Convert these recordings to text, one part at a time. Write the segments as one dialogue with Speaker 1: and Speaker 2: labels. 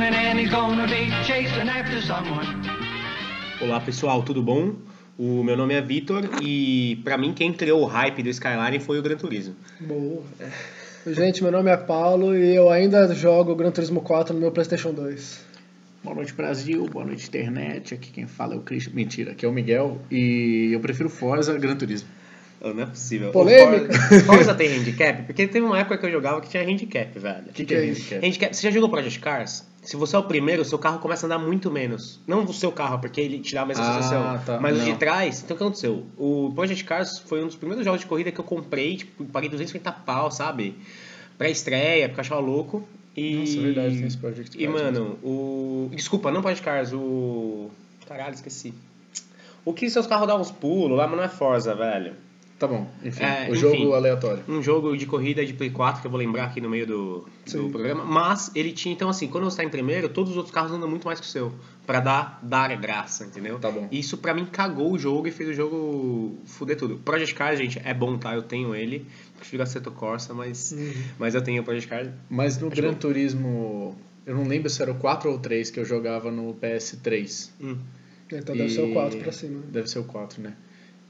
Speaker 1: coming and he's gonna be chasing after someone.
Speaker 2: Olá pessoal, tudo bom? O meu nome é Vitor e pra mim quem criou o hype do Skyline foi o Gran Turismo.
Speaker 3: Boa. Gente, meu nome é Paulo e eu ainda jogo Gran Turismo 4 no meu PlayStation 2.
Speaker 4: Boa noite Brasil, boa noite internet, aqui quem fala é o Christian, mentira, aqui é o Miguel e eu prefiro Forza Gran Turismo.
Speaker 2: Não é possível.
Speaker 3: Polêmica.
Speaker 2: Forza tem handicap? Porque teve uma época que eu jogava que tinha handicap, velho.
Speaker 3: O que é isso?
Speaker 2: Handicap, você já jogou Project Cars? Se você é o primeiro, o seu carro começa a andar muito menos. Não o seu carro, porque ele te dá a mesma sensação.
Speaker 4: Tá.
Speaker 2: Mas
Speaker 4: Não.
Speaker 2: o de trás, então o que aconteceu? O Project Cars foi um dos primeiros jogos de corrida que eu comprei, tipo, paguei 250 pau, sabe? Pra estreia, porque eu achava louco. E...
Speaker 4: Nossa, verdade, tem esse Project Cars.
Speaker 2: E, mano, o... Desculpa, não Project Cars, o... Caralho, esqueci. O que seus carros dão uns pulos lá, mas não é Forza, velho.
Speaker 4: Tá bom, enfim,
Speaker 2: Enfim,
Speaker 4: jogo aleatório.
Speaker 2: Um jogo de corrida de Play 4, que eu vou lembrar aqui no meio do programa. Mas ele tinha, então assim, quando você está em primeiro, todos os outros carros andam muito mais que o seu. Pra dar graça, entendeu?
Speaker 4: Tá bom.
Speaker 2: Isso pra mim cagou o jogo e fez o jogo fuder tudo. Project Cars, gente, é bom, tá? Eu tenho ele. Prefiro Assetto Corsa, mas eu tenho o Project Cars.
Speaker 4: Mas no Gran Turismo, eu não lembro se era o 4 ou o 3 que eu jogava no PS3.
Speaker 3: Então deve ser o 4 pra cima.
Speaker 4: Deve ser o 4, né?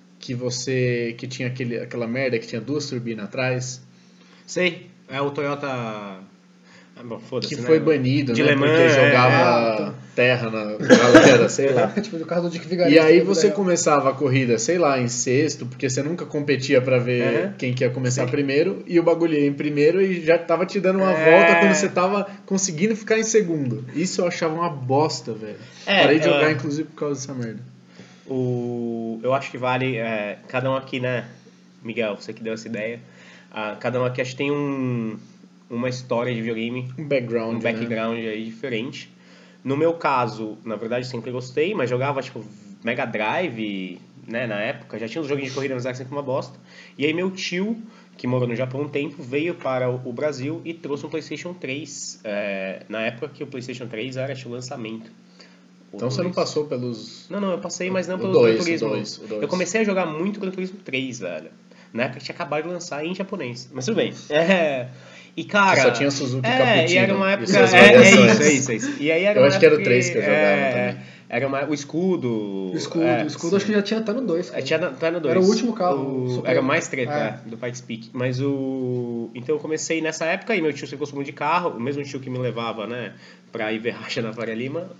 Speaker 4: Que tinha aquela merda que tinha duas turbinas atrás.
Speaker 2: Sei, é o Toyota... bom, foda-se,
Speaker 4: Que
Speaker 2: né?
Speaker 4: foi banido,
Speaker 2: de
Speaker 4: né?
Speaker 2: Le Mans,
Speaker 4: porque jogava terra na galera, sei lá.
Speaker 3: Tipo, do carro do Dick Vigarista.
Speaker 4: E aí você começava a corrida, sei lá, em sexto, porque você nunca competia pra ver quem que ia começar primeiro, e o bagulho ia em primeiro e já tava te dando uma volta quando você tava conseguindo ficar em segundo. Isso eu achava uma bosta, velho. Parei de jogar, inclusive, por causa dessa merda.
Speaker 2: Eu acho que vale, cada um aqui, né, Miguel, você que deu essa ideia, cada um aqui acho que tem uma história de videogame,
Speaker 4: Um background,
Speaker 2: aí diferente. No meu caso, na verdade, sempre gostei, mas jogava tipo Mega Drive, né, na época, já tinha uns joguinhos de corrida, mas era sempre uma bosta. E aí meu tio, que morou no Japão um tempo, veio para o Brasil e trouxe um PlayStation 3, na época que o PlayStation 3 era o lançamento.
Speaker 4: Então você não passou pelos...
Speaker 2: Não, eu passei, mas não pelo
Speaker 4: dois,
Speaker 2: Gran Turismo.
Speaker 4: o dois.
Speaker 2: Eu comecei a jogar muito Gran Turismo 3, velho. Na época que tinha acabado de lançar em japonês. Mas tudo bem. E cara...
Speaker 4: Que só tinha Suzuki Cappuccino.
Speaker 2: E era uma época...
Speaker 4: Isso.
Speaker 2: E aí era
Speaker 4: eu
Speaker 2: uma
Speaker 4: acho
Speaker 2: época
Speaker 4: que era o 3 que eu jogava também.
Speaker 2: Era o escudo...
Speaker 3: O escudo acho que já tinha até no 2.
Speaker 2: Tá no 2.
Speaker 3: Era o último carro.
Speaker 2: Era mais treta, do Pikes Peak. Mas então eu comecei nessa época e meu tio sempre gostou muito de carro. O mesmo tio que me levava, né, pra ir ver racha na Faria Lima.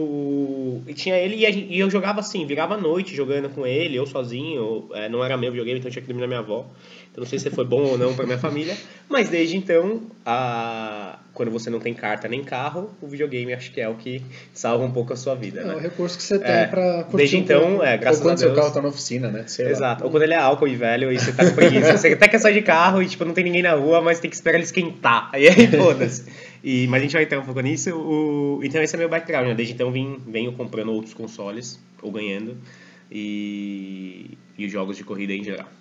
Speaker 2: E tinha ele e eu jogava assim, virava a noite jogando com ele, eu sozinho. Não era meu videogame, então eu tinha que dormir na minha avó. Então não sei se foi bom ou não pra minha família. Mas desde então, quando você não tem carta nem carro, o videogame acho que é o que salva um pouco a sua vida, né?
Speaker 3: É o recurso que você tem pra curtir.
Speaker 2: Desde então, graças a Deus.
Speaker 4: Ou quando seu carro tá na oficina, né? Sei
Speaker 2: Exato.
Speaker 4: lá.
Speaker 2: Ou quando ele é álcool e velho e você tá com preguiça. Você até quer sair de carro e tipo, não tem ninguém na rua, mas tem que esperar ele esquentar. Aí foda-se. Mas a gente vai entrar um pouco nisso. Então esse é meu background, né? Desde então venho comprando outros consoles, ou ganhando, e os jogos de corrida em geral.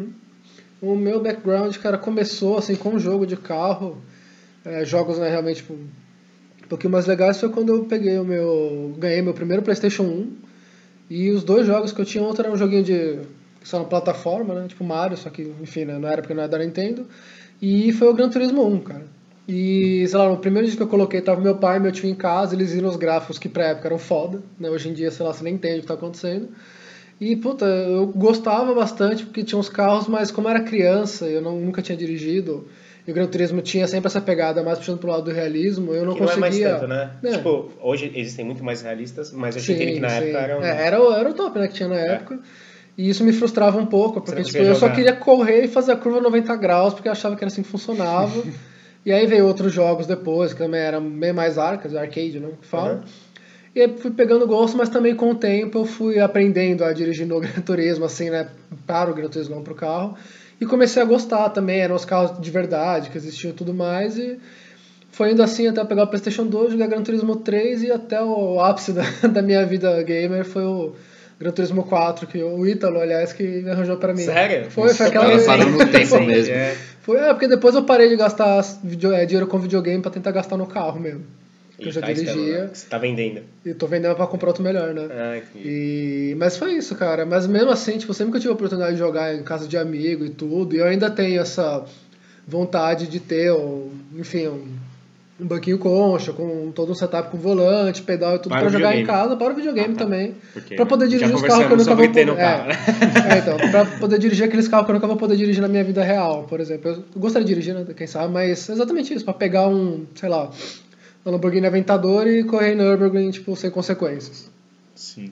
Speaker 3: O meu background, cara, começou assim com um jogo de carro. Jogos, né, realmente tipo, um pouquinho mais legais foi quando eu ganhei meu primeiro PlayStation 1. E os dois jogos que eu tinha, outro era um joguinho de só na plataforma, né, tipo Mario, só que, enfim, né, na época não era da Nintendo. E foi o Gran Turismo 1, cara. E, sei lá, no primeiro dia que eu coloquei, tava meu pai e meu tio em casa, eles viram os gráficos que pra época eram foda, né, hoje em dia, sei lá, você nem entende o que tá acontecendo. E, puta, eu gostava bastante porque tinha uns carros, mas como eu era criança, eu nunca tinha dirigido, e o Gran Turismo tinha sempre essa pegada mais puxando pro lado do realismo, eu não
Speaker 2: que
Speaker 3: conseguia...
Speaker 2: não é mais tanto, né? Tipo, hoje existem muito mais realistas, mas eu entendo que na época eram...
Speaker 3: Era o top, né, que tinha na época. E isso me frustrava um pouco, porque tipo, eu só queria correr e fazer a curva 90 graus, porque eu achava que era assim que funcionava. E aí veio outros jogos depois, que também eram bem mais arcade, né, que fala. E aí fui pegando gosto, mas também com o tempo eu fui aprendendo a dirigir no Gran Turismo, assim, né, para o Gran Turismo, não para o carro. E comecei a gostar também, eram os carros de verdade que existiam e tudo mais, e foi indo assim até pegar o PlayStation 2, jogar Gran Turismo 3 e até o ápice da minha vida gamer foi o Gran Turismo 4, que o Ítalo, aliás, que me arranjou pra mim.
Speaker 2: Sério?
Speaker 3: Foi aquela vez.
Speaker 4: Parou no tempo mesmo.
Speaker 3: Porque depois eu parei de gastar dinheiro com videogame pra tentar gastar no carro mesmo. Que eu já dirigia.
Speaker 2: Né? Você tá vendendo.
Speaker 3: E tô vendendo pra comprar outro melhor, né? Mas foi isso, cara. Mas mesmo assim, tipo, sempre que eu tive a oportunidade de jogar em casa de amigo e tudo, e eu ainda tenho essa vontade de ter, enfim, um banquinho concha, com todo um setup com volante, pedal e tudo
Speaker 2: Para
Speaker 3: pra
Speaker 2: o
Speaker 3: jogar em
Speaker 2: videogame.
Speaker 3: casa, para o videogame também.
Speaker 2: Porque
Speaker 3: Pra poder
Speaker 2: já
Speaker 3: dirigir os carros que eu
Speaker 2: conversamos
Speaker 3: nunca vou
Speaker 2: sobre ter no
Speaker 3: poder.
Speaker 2: carro, né?
Speaker 3: Então, pra poder dirigir aqueles carros que eu nunca vou poder dirigir na minha vida real, por exemplo. Eu gostaria de dirigir, né? Quem sabe, mas exatamente isso, pra pegar sei lá, um Lamborghini Aventador e correr em Nürburgring, tipo, sem consequências.
Speaker 4: Sim.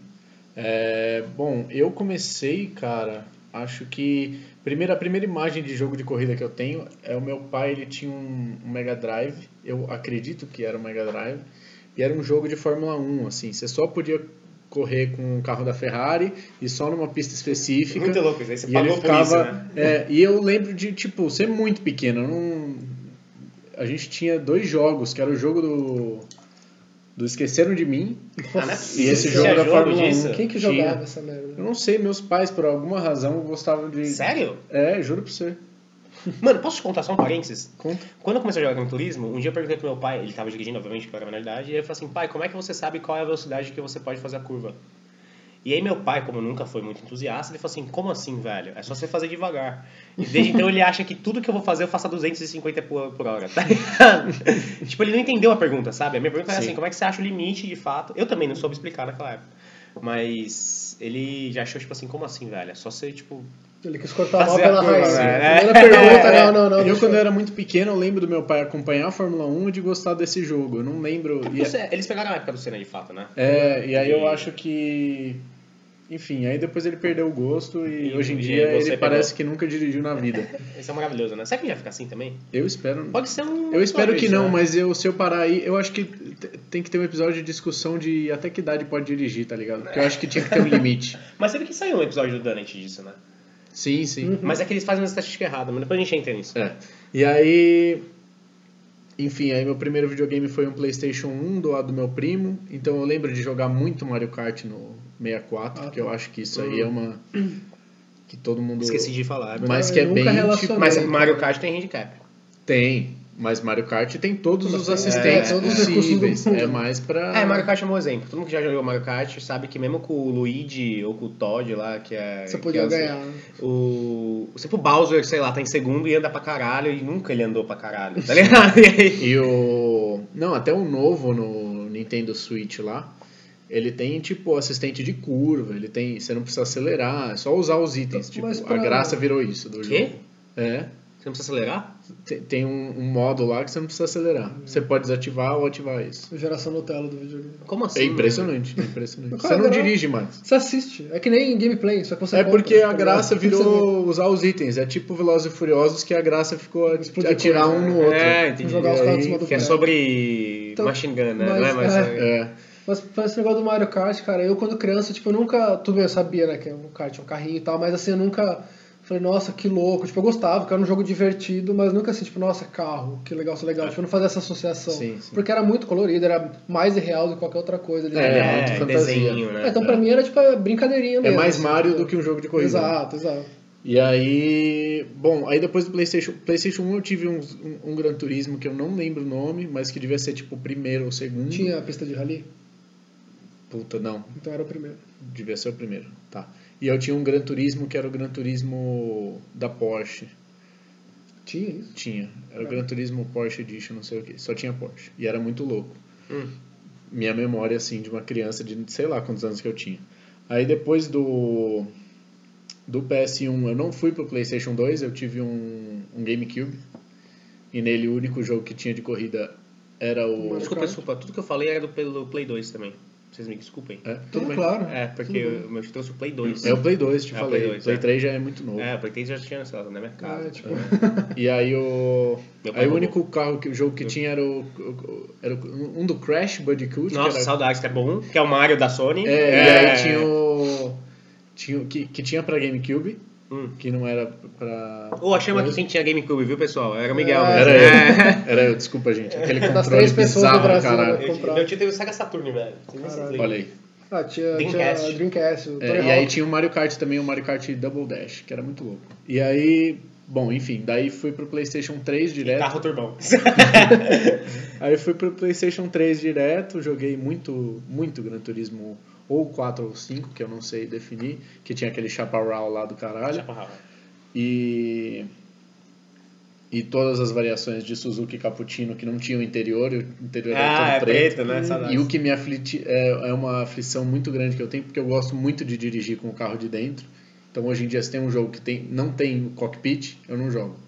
Speaker 4: Bom, eu comecei, cara, acho que a primeira imagem de jogo de corrida que eu tenho é o meu pai, ele tinha um Mega Drive, eu acredito que era um Mega Drive, e era um jogo de Fórmula 1, assim, você só podia correr com o carro da Ferrari e só numa pista específica.
Speaker 2: Muito louco isso aí, você
Speaker 4: e
Speaker 2: pagou
Speaker 4: ele
Speaker 2: por isso,
Speaker 4: ficava,
Speaker 2: né?
Speaker 4: E eu lembro de, tipo, ser muito pequeno, eu não... A gente tinha 2 jogos, que era o jogo do Esqueceram de Mim e esse jogo da Fórmula 1.
Speaker 3: Quem que jogava essa merda?
Speaker 4: Eu não sei, meus pais, por alguma razão, gostavam de...
Speaker 2: Sério?
Speaker 4: Juro pra você.
Speaker 2: Mano, posso te contar só um parênteses?
Speaker 4: Conta.
Speaker 2: Quando eu comecei a jogar Gran Turismo, um dia eu perguntei pro meu pai, ele tava dirigindo, obviamente, porque eu era menor de idade, e ele falou assim, pai, como é que você sabe qual é a velocidade que você pode fazer a curva? E aí meu pai, como nunca foi muito entusiasta, ele falou assim, como assim, velho? É só você fazer devagar. E desde então ele acha que tudo que eu vou fazer eu faço a 250 por hora, tá ligado? Tipo, ele não entendeu a pergunta, sabe? A minha pergunta era assim, como é que você acha o limite de fato? Eu também não soube explicar naquela época. Mas ele já achou, tipo assim, como assim, velho? É só você, tipo...
Speaker 3: Ele quis cortar mal
Speaker 2: Fazer
Speaker 3: pela
Speaker 2: a curva,
Speaker 3: raiz.
Speaker 2: né?
Speaker 3: Primeira pergunta, não.
Speaker 4: Eu, quando eu era muito pequeno, eu lembro do meu pai acompanhar a Fórmula 1 e de gostar desse jogo. Eu não lembro...
Speaker 2: Eles pegaram a época do Senna de fato, né?
Speaker 4: E aí eu acho que... Enfim, aí depois ele perdeu o gosto e hoje em
Speaker 2: e
Speaker 4: dia
Speaker 2: você
Speaker 4: ele parece que nunca dirigiu na vida.
Speaker 2: Isso é maravilhoso, né? Será que ele vai ficar assim também?
Speaker 4: Eu espero...
Speaker 2: Pode ser um...
Speaker 4: Eu espero que não,
Speaker 2: né?
Speaker 4: mas se eu parar aí, eu acho que tem que ter um episódio de discussão de até que idade pode dirigir, tá ligado? Porque eu acho que tinha que ter um limite.
Speaker 2: Mas teve que sair um episódio do Donut disso, né?
Speaker 4: Sim, sim.
Speaker 2: Mas é que eles fazem uma estatística errada, mas depois a gente entra nisso.
Speaker 4: E aí... Enfim, aí meu primeiro videogame foi um PlayStation 1 do meu primo, então eu lembro de jogar muito Mario Kart no 64, que eu acho que isso aí é uma... que todo mundo...
Speaker 2: Esqueci de falar, é verdade.
Speaker 4: Mas que é bem...
Speaker 3: relacionei.
Speaker 2: Mas Mario Kart tem handicap.
Speaker 4: Tem, mas Mario Kart tem todos os assistentes
Speaker 3: todos os recursos do
Speaker 4: possíveis.
Speaker 3: mundo.
Speaker 4: É mais pra...
Speaker 2: Mario Kart é um bom exemplo. Todo mundo que já jogou Mario Kart sabe que mesmo com o Luigi ou com o Todd lá, que é...
Speaker 3: Você podia ganhar.
Speaker 2: Sempre o Bowser, sei lá, tá em segundo e anda pra caralho e nunca ele andou pra caralho, tá ligado? E aí...
Speaker 4: E o... Não, até o novo no Nintendo Switch lá, ele tem, tipo, assistente de curva, ele tem... Você não precisa acelerar, é só usar os itens. Tipo, a graça virou isso do
Speaker 2: Quê?
Speaker 4: jogo.
Speaker 2: Você não precisa acelerar?
Speaker 4: Tem um modo lá que você não precisa acelerar. Você pode desativar ou ativar isso.
Speaker 3: Geração Nutella do videogame.
Speaker 2: Como assim?
Speaker 4: É impressionante, impressionante. Você
Speaker 3: Cara,
Speaker 4: não dirige mais.
Speaker 3: Você assiste. É que nem gameplay, só que você compra,
Speaker 4: Porque a
Speaker 3: tá
Speaker 4: graça
Speaker 3: ligado?
Speaker 4: virou usar os itens. É tipo Velozes e Furiosos, que a graça ficou atirar um no outro.
Speaker 2: Entendi.
Speaker 3: Jogar os caras em cima do
Speaker 2: Que é
Speaker 3: prédio.
Speaker 2: sobre
Speaker 3: Então,
Speaker 2: Machine Gun, né?
Speaker 3: mas,
Speaker 2: Não é mais...
Speaker 3: Mas pra esse negócio do Mario Kart, cara, eu quando criança, tipo, eu nunca... Tudo bem, eu sabia, né, que é um kart, um carrinho e tal, mas assim, eu nunca... Falei, nossa, que louco. Tipo, eu gostava, porque era um jogo divertido, mas nunca assim, tipo, nossa, carro, que legal, isso é legal. Tipo, eu não fazia essa associação.
Speaker 4: Sim.
Speaker 3: Porque era muito colorido, era mais irreal do que qualquer outra coisa.
Speaker 4: muito fantasia.
Speaker 2: desenho, né?
Speaker 3: Então, pra mim, era tipo brincadeirinha mesmo.
Speaker 4: É mais
Speaker 3: assim,
Speaker 4: Mario
Speaker 3: tipo,
Speaker 4: do que um jogo de corrida.
Speaker 3: Exato.
Speaker 4: E aí... Bom, aí depois do PlayStation 1 eu tive um Gran Turismo que eu não lembro o nome, mas que devia ser tipo o primeiro ou o segundo.
Speaker 3: Tinha a pista de rally?
Speaker 4: Puta, não.
Speaker 3: Então era o primeiro.
Speaker 4: Devia ser o primeiro, tá. E eu tinha um Gran Turismo que era o Gran Turismo da Porsche.
Speaker 3: Tinha isso?
Speaker 4: Tinha. Era o Gran Turismo Porsche Edition, não sei o que. Só tinha Porsche. E era muito louco. Minha memória, assim, de uma criança de sei lá quantos anos que eu tinha. Aí depois do PS1 eu não fui pro PlayStation 2, eu tive um GameCube. E nele o único jogo que tinha de corrida era o...
Speaker 2: Desculpa. Tudo que eu falei era pelo Play 2 também. Vocês me desculpem.
Speaker 4: Tudo bem.
Speaker 3: Claro.
Speaker 2: Porque eu trouxe o Play 2.
Speaker 4: É o Play 2, te falei.
Speaker 2: Play 2,
Speaker 4: Play 3 já é muito novo.
Speaker 2: O Play 3 já tinha, sei lá, na minha casa.
Speaker 4: E aí o único jogo que tinha era um do Crash Bandicoot.
Speaker 2: Nossa, saudades, que é bom. Que é o Mario da Sony.
Speaker 4: E aí tinha que tinha pra GameCube, que não era pra...
Speaker 2: A chama aqui quem tinha GameCube, viu, pessoal? Era o Miguel.
Speaker 4: Era eu, desculpa, gente. Aquele
Speaker 3: Das
Speaker 4: controle
Speaker 3: 3 pessoas do
Speaker 4: bizarro,
Speaker 3: Brasil,
Speaker 4: caralho.
Speaker 3: né? Comprar.
Speaker 2: Meu tio teve o Sega Saturn, velho.
Speaker 4: Olha aí.
Speaker 3: Tinha
Speaker 2: Dreamcast.
Speaker 3: Dreamcast. O Tony
Speaker 4: E aí
Speaker 3: Hawk.
Speaker 4: tinha o Mario Kart também, o Mario Kart Double Dash, que era muito louco. E aí, bom, enfim, daí fui pro PlayStation 3 direto.
Speaker 2: Carro turbão.
Speaker 4: Aí fui pro PlayStation 3 direto, joguei muito Gran Turismo, ou 4 ou 5, que eu não sei definir, que tinha aquele chaparral lá do caralho. E E todas as variações de Suzuki Cappuccino que não tinham interior, e o interior era todo preto.
Speaker 2: Né?
Speaker 4: E o que me aflige é uma aflição muito grande que eu tenho, porque eu gosto muito de dirigir com o carro de dentro. Então hoje em dia se tem um jogo que não tem cockpit, eu não jogo.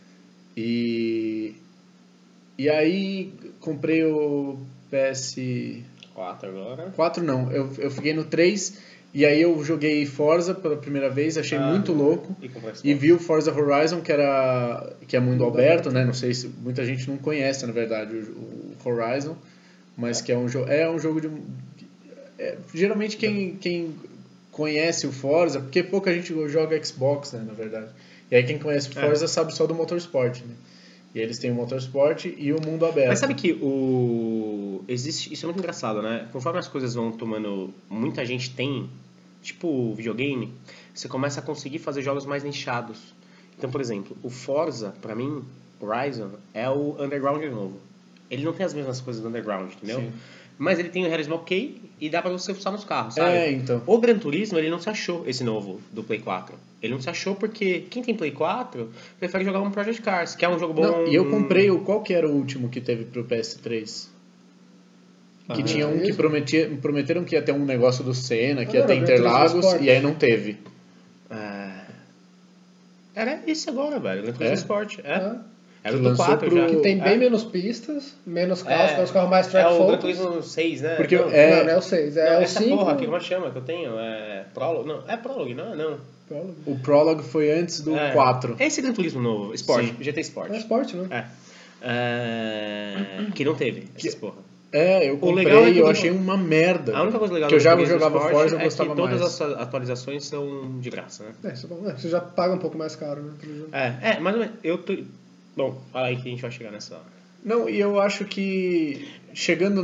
Speaker 4: E aí comprei o PS4
Speaker 2: agora.
Speaker 4: 4 não, eu fiquei no 3 e aí eu joguei Forza pela primeira vez, achei muito louco. E vi o Forza Horizon, que é mundo aberto, né? Não sei se muita gente não conhece, na verdade, o Horizon, mas que é um jogo de... geralmente quem conhece o Forza, porque pouca gente joga Xbox, né, na verdade. E aí quem conhece o Forza sabe só do Motorsport, né? E eles têm o Motorsport e o mundo aberto.
Speaker 2: Mas sabe que existe, isso é muito engraçado, né? Conforme as coisas vão tomando... Muita gente tem, tipo videogame, você começa a conseguir fazer jogos mais nichados. Então, por exemplo, o Forza, pra mim, Horizon, é o Underground novo. Ele não tem as mesmas coisas do Underground, entendeu?
Speaker 4: Sim.
Speaker 2: Mas ele tem o realismo ok e dá pra você usar nos carros, sabe?
Speaker 4: Então.
Speaker 2: O Gran Turismo, ele não se achou, esse novo do Play 4. Ele não se achou porque quem tem Play 4 prefere jogar um Project Cars, que é um jogo bom...
Speaker 4: Não, e eu comprei qual que era o último que teve pro PS3? Que tinha um que prometeram que ia ter um negócio do Senna, que ia ter Interlagos, e aí não teve.
Speaker 2: Era esse agora, velho, Gran Turismo Sport. Era o
Speaker 4: Que
Speaker 2: do
Speaker 4: lançou
Speaker 2: 4 já.
Speaker 3: Que tem bem menos pistas, menos carros, tem os carros mais track
Speaker 2: É o
Speaker 3: focus.
Speaker 2: Gran Turismo 6, né?
Speaker 4: Porque
Speaker 3: Não, não é o 6, é o
Speaker 2: essa
Speaker 3: 5.
Speaker 2: porra aqui, como chama que eu tenho? É Prologue? Não, é Prologue, não.
Speaker 4: O Prologue foi antes do 4.
Speaker 2: É esse Gran Turismo novo, Sport,
Speaker 4: Sim.
Speaker 2: GT Sport.
Speaker 3: É Sport, né?
Speaker 2: Que não teve, essas porra.
Speaker 4: Eu comprei e eu achei uma merda.
Speaker 2: A única coisa legal
Speaker 4: que eu já
Speaker 2: do
Speaker 4: jogava
Speaker 2: Sport
Speaker 4: Forza, eu
Speaker 2: é
Speaker 4: gostava
Speaker 2: que todas
Speaker 4: mais.
Speaker 2: as atualizações são de graça, né?
Speaker 3: Isso é bom. Você já paga um pouco mais caro, né?
Speaker 2: Mais ou menos. Bom, fala aí que a gente vai chegar nessa hora.
Speaker 4: Não, e eu acho que chegando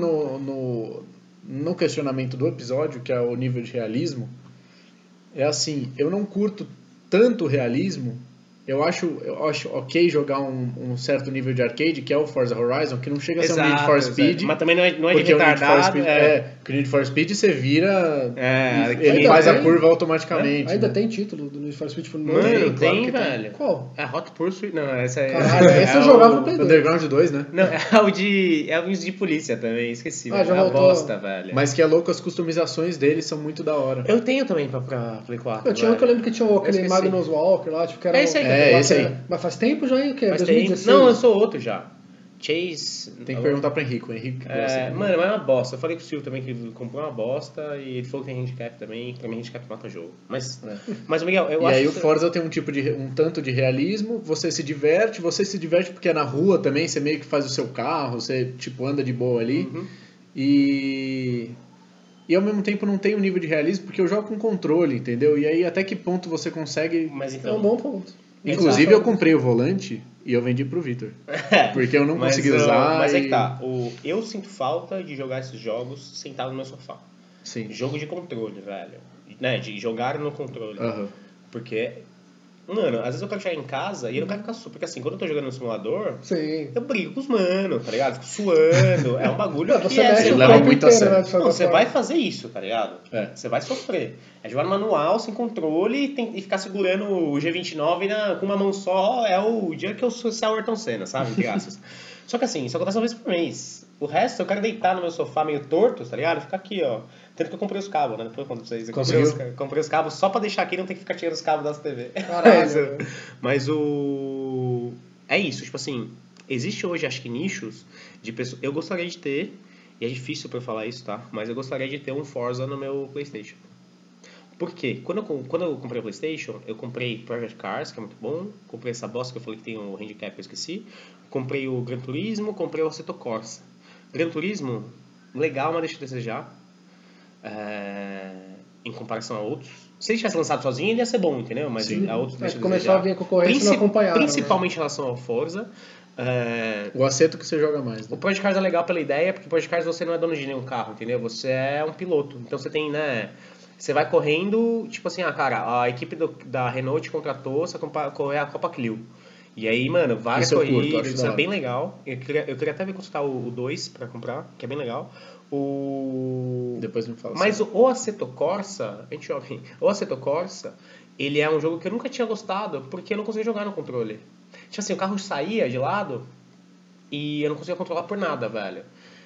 Speaker 4: no questionamento do episódio, que é o nível de realismo, é assim, eu não curto tanto realismo. Eu acho ok jogar um certo nível de arcade, que é o Forza Horizon, que não chega a ser um Need for Speed.
Speaker 2: Mas também não é de
Speaker 4: porque
Speaker 2: retardado.
Speaker 4: Porque o Need for Speed você vira
Speaker 2: ele
Speaker 4: faz a curva automaticamente.
Speaker 3: Ainda
Speaker 4: né?
Speaker 3: tem título do Need for Speed for
Speaker 2: Mano,
Speaker 3: claro
Speaker 2: tem,
Speaker 3: que
Speaker 2: velho.
Speaker 3: Qual?
Speaker 2: É Hot Pursuit. Não, essa é...
Speaker 3: Caralho, esse eu jogava no Play 2.
Speaker 4: Underground 2, né?
Speaker 2: Não, é o de polícia também, esqueci.
Speaker 3: Já
Speaker 2: é uma
Speaker 3: voltou.
Speaker 2: bosta, velho.
Speaker 4: Mas que é louco, as customizações deles são muito da hora.
Speaker 2: Eu tenho também pra Play 4.
Speaker 3: Eu tinha um que eu lembro que tinha aquele
Speaker 2: esqueci.
Speaker 3: Magnus Walker lá, tipo, que era
Speaker 2: Esse aí.
Speaker 4: Esse aí.
Speaker 3: Mas faz tempo já, hein? O quê?
Speaker 2: Faz
Speaker 3: 2016?
Speaker 2: tempo. Não, eu sou outro já. Chase...
Speaker 4: Tem que perguntar pro Henrique. O Henrique gosta.
Speaker 2: Mano, mas é uma bosta. Eu falei pro Silvio também que ele comprou uma bosta e ele falou que tem handicap também. Pra mim, handicap mata jogo. Mas Miguel, eu
Speaker 4: e
Speaker 2: acho
Speaker 4: aí
Speaker 2: que...
Speaker 4: o Forza tem um tanto de realismo, você se diverte porque é na rua também, você meio que faz o seu carro, você tipo anda de boa ali.
Speaker 2: Uhum.
Speaker 4: E ao mesmo tempo não tem um nível de realismo porque eu jogo com controle, entendeu? E aí até que ponto você consegue...
Speaker 2: Mas
Speaker 3: É
Speaker 2: então...
Speaker 3: um bom ponto.
Speaker 4: Inclusive eu comprei o volante e eu vendi pro Vitor. Porque eu não consegui usar.
Speaker 2: Mas é que tá. Eu sinto falta de jogar esses jogos sentado no meu sofá.
Speaker 4: Sim.
Speaker 2: Jogo de controle, velho. Né? De jogar no controle.
Speaker 4: Uhum.
Speaker 2: Porque, mano, às vezes eu quero chegar em casa e eu não quero ficar porque assim, quando eu tô jogando no simulador,
Speaker 3: Sim.
Speaker 2: eu brigo com os manos, tá ligado? Fico suando. É um bagulho
Speaker 3: Não,
Speaker 2: que
Speaker 3: você
Speaker 2: é...
Speaker 3: mexe o
Speaker 4: leva
Speaker 3: corpo
Speaker 4: muito a
Speaker 3: inteiro,
Speaker 4: sério.
Speaker 3: né? de certa
Speaker 2: Não, você
Speaker 3: forma.
Speaker 2: vai fazer isso, tá ligado? Você vai sofrer. É jogar no manual, sem controle e ficar segurando o G29 com uma mão só. É o dia que eu sou o Ayrton Senna, sabe? Entre aspas. Só que assim, isso acontece uma vez por mês. O resto, eu quero deitar no meu sofá meio torto, tá ligado? Ficar aqui, ó. Tanto que eu comprei os cabos, né? Depois eu conto pra vocês. Eu comprei os cabos só pra deixar aqui e não ter que ficar tirando os cabos das TV.
Speaker 3: Caralho.
Speaker 2: Mas é isso, tipo assim, existe hoje, acho que, nichos de pessoas... Eu gostaria de ter, e é difícil pra eu falar isso, tá? Mas eu gostaria de ter um Forza no meu PlayStation. Por quê? Quando eu comprei o PlayStation, eu comprei Project Cars, que é muito bom. Comprei essa bosta que eu falei que tem o handicap, eu esqueci. Comprei o Gran Turismo, comprei o Assetto Corsa. Gran Turismo, legal, mas deixa eu desejar. Em comparação a outros. Se ele tivesse lançado sozinho, ele ia ser bom, entendeu? Mas a outros deixa
Speaker 3: começou a vir a concorrência e não acompanharam.
Speaker 2: Principalmente em relação ao Forza.
Speaker 4: O Assetto que você joga mais, né?
Speaker 2: O Project Cars é legal pela ideia, porque o Project Cars você não é dono de nenhum carro, entendeu? Você é um piloto. Então você tem, né... Você vai correndo, tipo assim, cara, a equipe da Renault te contratou, você vai correr a Copa Clio. E aí, mano, várias corridas, isso é bem legal. Eu queria até ver consultar o 2 pra comprar, que é bem legal.
Speaker 4: Depois me fala.
Speaker 2: Mas o Assetto Corsa, o Assetto Corsa, ele é um jogo que eu nunca tinha gostado, porque eu não consegui jogar no controle. Tipo assim, o carro saía de lado e eu não conseguia controlar por nada, velho.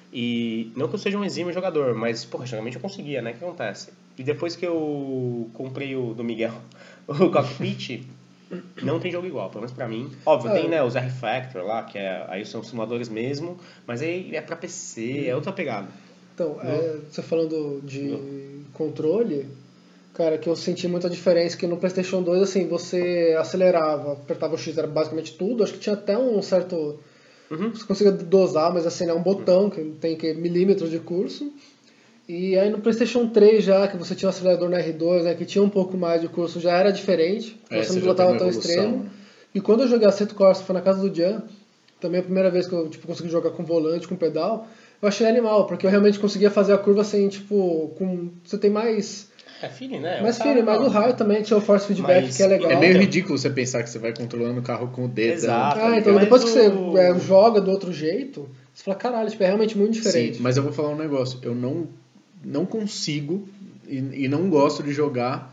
Speaker 2: E não que eu seja um exímio jogador, mas, porra, geralmente eu conseguia, né? O que acontece? E depois que eu comprei o do Miguel, o Cockpit, não tem jogo igual, pelo menos pra mim. Óbvio, tem, né, os R-Factor lá, que aí são simuladores mesmo, mas aí é pra PC, é outra pegada.
Speaker 3: Então, você falando de controle, cara, que eu senti muita diferença, que no PlayStation 2, assim, você acelerava, apertava o X, era basicamente tudo, acho que tinha até um certo... Você conseguia dosar, mas assim, é um botão que tem milímetros de curso. E aí no PlayStation 3 já, que você tinha um acelerador na R2, né, que tinha um pouco mais de curso, já era diferente, você não pilotava tão extremo. Né? E quando eu joguei Assetto Corsa, foi na casa do Jan, também a primeira vez que eu consegui jogar com volante, com pedal, eu achei animal, porque eu realmente conseguia fazer a curva assim, tipo, você tem mais...
Speaker 2: feeling, né?
Speaker 3: Mais feeling, mas o raio também tinha o force feedback, que é legal.
Speaker 4: É meio ridículo você pensar que você vai controlando o carro com o dedo.
Speaker 2: Exato.
Speaker 3: Então depois que você joga do outro jeito, você fala, caralho, tipo, é realmente muito diferente.
Speaker 4: Sim, mas eu vou falar um negócio, eu não consigo e não gosto de jogar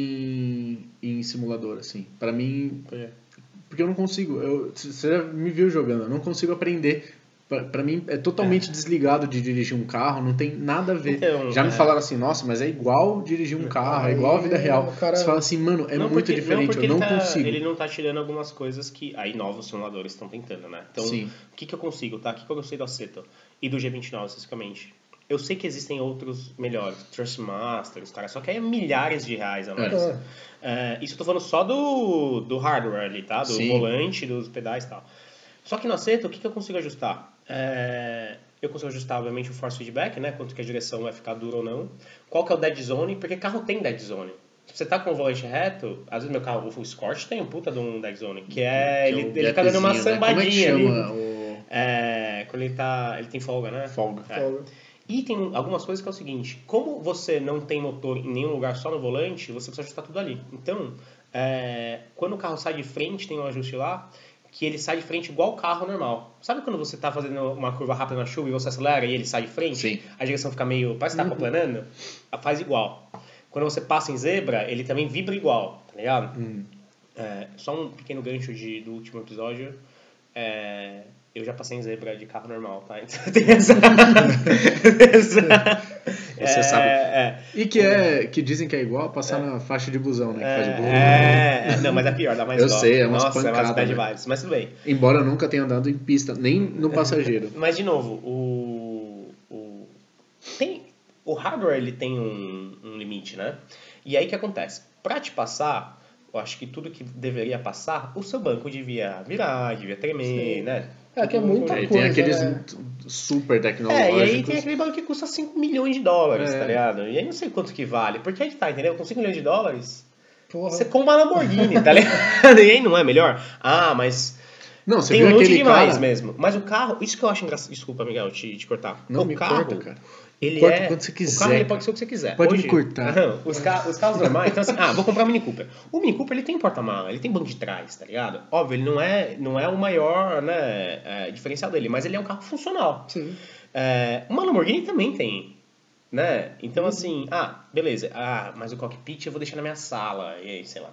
Speaker 4: em simulador, assim. Pra mim, porque eu não consigo, você já me viu jogando, eu não consigo aprender. Pra mim é totalmente desligado de dirigir um carro, não tem nada a ver.
Speaker 2: Então,
Speaker 4: já me falaram assim, nossa, mas é igual dirigir um carro, é igual a vida real. Você fala assim, mano, muito diferente, eu não consigo.
Speaker 2: Ele não tá tirando algumas coisas que aí novos simuladores estão tentando, né? Então,
Speaker 4: Sim.
Speaker 2: o que eu consigo, tá? O que eu gostei do Assetto e do G29 especificamente? Eu sei que existem outros melhores, Trustmasters, cara, só que aí é milhares de reais a mais. Isso eu tô falando só do hardware ali, tá? Do volante, dos pedais e tal. Só que no Assetto, o que eu consigo ajustar? Eu consigo ajustar, obviamente, o force feedback, né? Quanto que a direção vai ficar dura ou não. Qual que é o dead zone, porque carro tem dead zone. Se você tá com o volante reto, às vezes meu carro, o Escort, tem um puta de um dead zone, que ele fica dando uma sambadinha ali. Quando ele tem folga, né?
Speaker 4: Folga.
Speaker 2: E tem algumas coisas que é o seguinte, como você não tem motor em nenhum lugar, só no volante, você precisa ajustar tudo ali. Então, quando o carro sai de frente, tem um ajuste lá, que ele sai de frente igual o carro normal. Sabe quando você está fazendo uma curva rápida na chuva e você acelera e ele sai de frente?
Speaker 4: Sim.
Speaker 2: A direção fica meio... parece que está aquaplanando. Faz igual. Quando você passa em zebra, ele também vibra igual, tá ligado? Só um pequeno gancho do último episódio. Eu já passei em zebra de carro normal, tá? Então tem essa...
Speaker 4: Você sabe. E que dizem que é igual passar na faixa de busão, né? Que faz de
Speaker 2: Não, mas é pior, dá mais
Speaker 4: Eu
Speaker 2: dó.
Speaker 4: sei, é umas
Speaker 2: Nossa,
Speaker 4: pancadas.
Speaker 2: É umas bad vibes, mas tudo bem.
Speaker 4: Embora eu nunca tenha andado em pista, nem no passageiro.
Speaker 2: Mas, de novo, o hardware ele tem um limite, né? E aí o que acontece? Pra te passar, eu acho que tudo que deveria passar, o seu banco devia virar, devia tremer,
Speaker 3: Sim.
Speaker 2: né?
Speaker 3: Que é muita coisa,
Speaker 4: tem aqueles
Speaker 3: né?
Speaker 4: super tecnológicos.
Speaker 2: E aí tem aquele banco que custa 5 milhões de dólares, tá ligado? E aí não sei quanto que vale. Porque aí tá, entendeu? Com 5 milhões de dólares, você compra uma Lamborghini, tá ligado? E aí não é melhor? Mas...
Speaker 4: Não, você
Speaker 2: tem
Speaker 4: viu
Speaker 2: um monte
Speaker 4: aquele
Speaker 2: demais
Speaker 4: cara...
Speaker 2: mesmo. Mas o carro, isso que eu acho engraçado. Desculpa, Miguel, te cortar.
Speaker 4: Não,
Speaker 2: o carro,
Speaker 4: corta, cara.
Speaker 2: Ele
Speaker 4: corta quando você quiser.
Speaker 2: O carro ele pode ser o que você quiser.
Speaker 4: Pode
Speaker 2: Hoje,
Speaker 4: me cortar.
Speaker 2: Os carros normais, então assim, vou comprar um Mini Cooper. O Mini Cooper ele tem porta-mala, ele tem banco de trás, tá ligado? Óbvio, ele não é o maior, né, diferencial dele, mas ele é um carro funcional.
Speaker 3: Sim.
Speaker 2: Uma Lamborghini também tem, né? Então assim, beleza. Mas o cockpit eu vou deixar na minha sala, e aí, sei lá.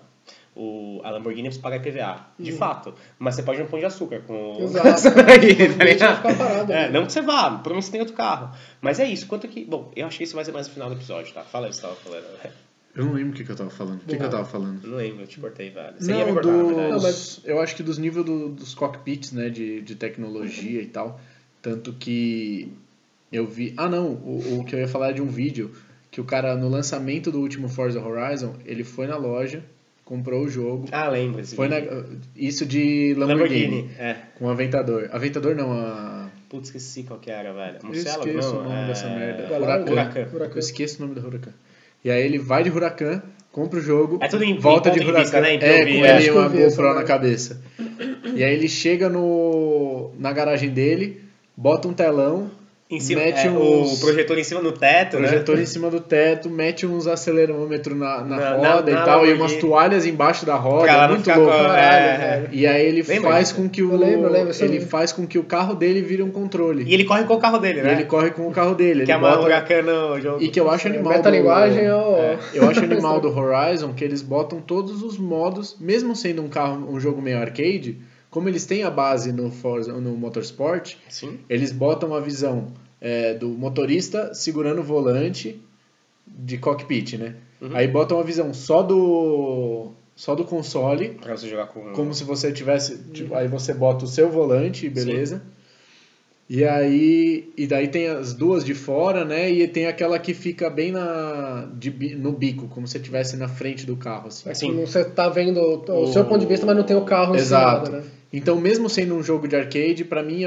Speaker 2: A Lamborghini precisa pagar IPVA. De fato. Mas você pode ir no Pão de Açúcar com
Speaker 3: Exato.
Speaker 2: tá ligado?
Speaker 3: Ficar parado,
Speaker 2: Não que você vá, provavelmente você tem outro carro. Mas é isso. Quanto que... Bom, eu acho que isso vai ser mais no final do episódio, tá? Fala aí o que você tava falando.
Speaker 4: Eu não lembro o que eu tava falando. O que eu tava falando?
Speaker 2: Não lembro, eu te cortei, velho. Você
Speaker 4: Não,
Speaker 2: ia me cortar, na verdade.
Speaker 4: mas eu acho que dos níveis dos cockpits, né, de tecnologia e tal. Tanto que eu vi... o que eu ia falar é de um vídeo que o cara, no lançamento do último Forza Horizon, ele foi na loja, comprou o jogo.
Speaker 2: Lembro esse
Speaker 4: foi
Speaker 2: vídeo.
Speaker 4: Isso de Lamborghini. Com o Aventador. Aventador não,
Speaker 2: Putz, esqueci qual que era, velho.
Speaker 4: Eu esqueço o nome dessa merda.
Speaker 3: Huracan.
Speaker 4: Eu esqueço o nome do Huracan. E aí ele vai de Huracan, compra o jogo,
Speaker 2: tudo em
Speaker 4: volta de
Speaker 2: ponto
Speaker 4: Huracan,
Speaker 2: vista, né?
Speaker 4: com ele uma GoPro na
Speaker 3: né?
Speaker 4: cabeça. E aí ele chega na garagem dele, bota um telão,
Speaker 2: Em cima,
Speaker 4: mete
Speaker 2: o projetor em cima do teto,
Speaker 4: projetor
Speaker 2: né?
Speaker 4: em cima do teto, mete uns acelerômetros na roda
Speaker 2: na
Speaker 4: e tal, e
Speaker 2: Lamborghini.
Speaker 4: umas toalhas embaixo da roda,
Speaker 2: Pra ela não
Speaker 4: muito
Speaker 2: ficar
Speaker 4: louco.
Speaker 2: com-
Speaker 4: E aí ele
Speaker 2: Lembra
Speaker 4: faz
Speaker 2: disso?
Speaker 4: com que
Speaker 3: Eu lembro,
Speaker 4: ele faz com que o carro dele vire um controle.
Speaker 2: E ele corre com o carro dele,
Speaker 4: E
Speaker 2: né?
Speaker 4: ele corre com o carro dele.
Speaker 2: Que
Speaker 4: ele
Speaker 2: é uma
Speaker 4: bota...
Speaker 2: Huracan no jogo.
Speaker 4: E que eu acho animal
Speaker 3: Metalinguagem
Speaker 4: eu acho animal do Horizon que eles botam todos os modos, mesmo sendo um jogo meio arcade, como eles têm a base no Forza, no Motorsport,
Speaker 2: Sim.
Speaker 4: eles botam a visão do motorista segurando o volante de cockpit, né? Aí botam a visão só do console,
Speaker 2: Pra você jogar com...
Speaker 4: como se você tivesse... Tipo, aí você bota o seu volante, beleza? E daí tem as duas de fora, né? E tem aquela que fica bem no bico, como se você estivesse na frente do carro, assim.
Speaker 2: Sim.
Speaker 3: Você tá vendo o seu ponto de vista, mas não tem o carro
Speaker 4: Exato.
Speaker 3: ensinado, né?
Speaker 4: Então, mesmo sendo um jogo de arcade, pra mim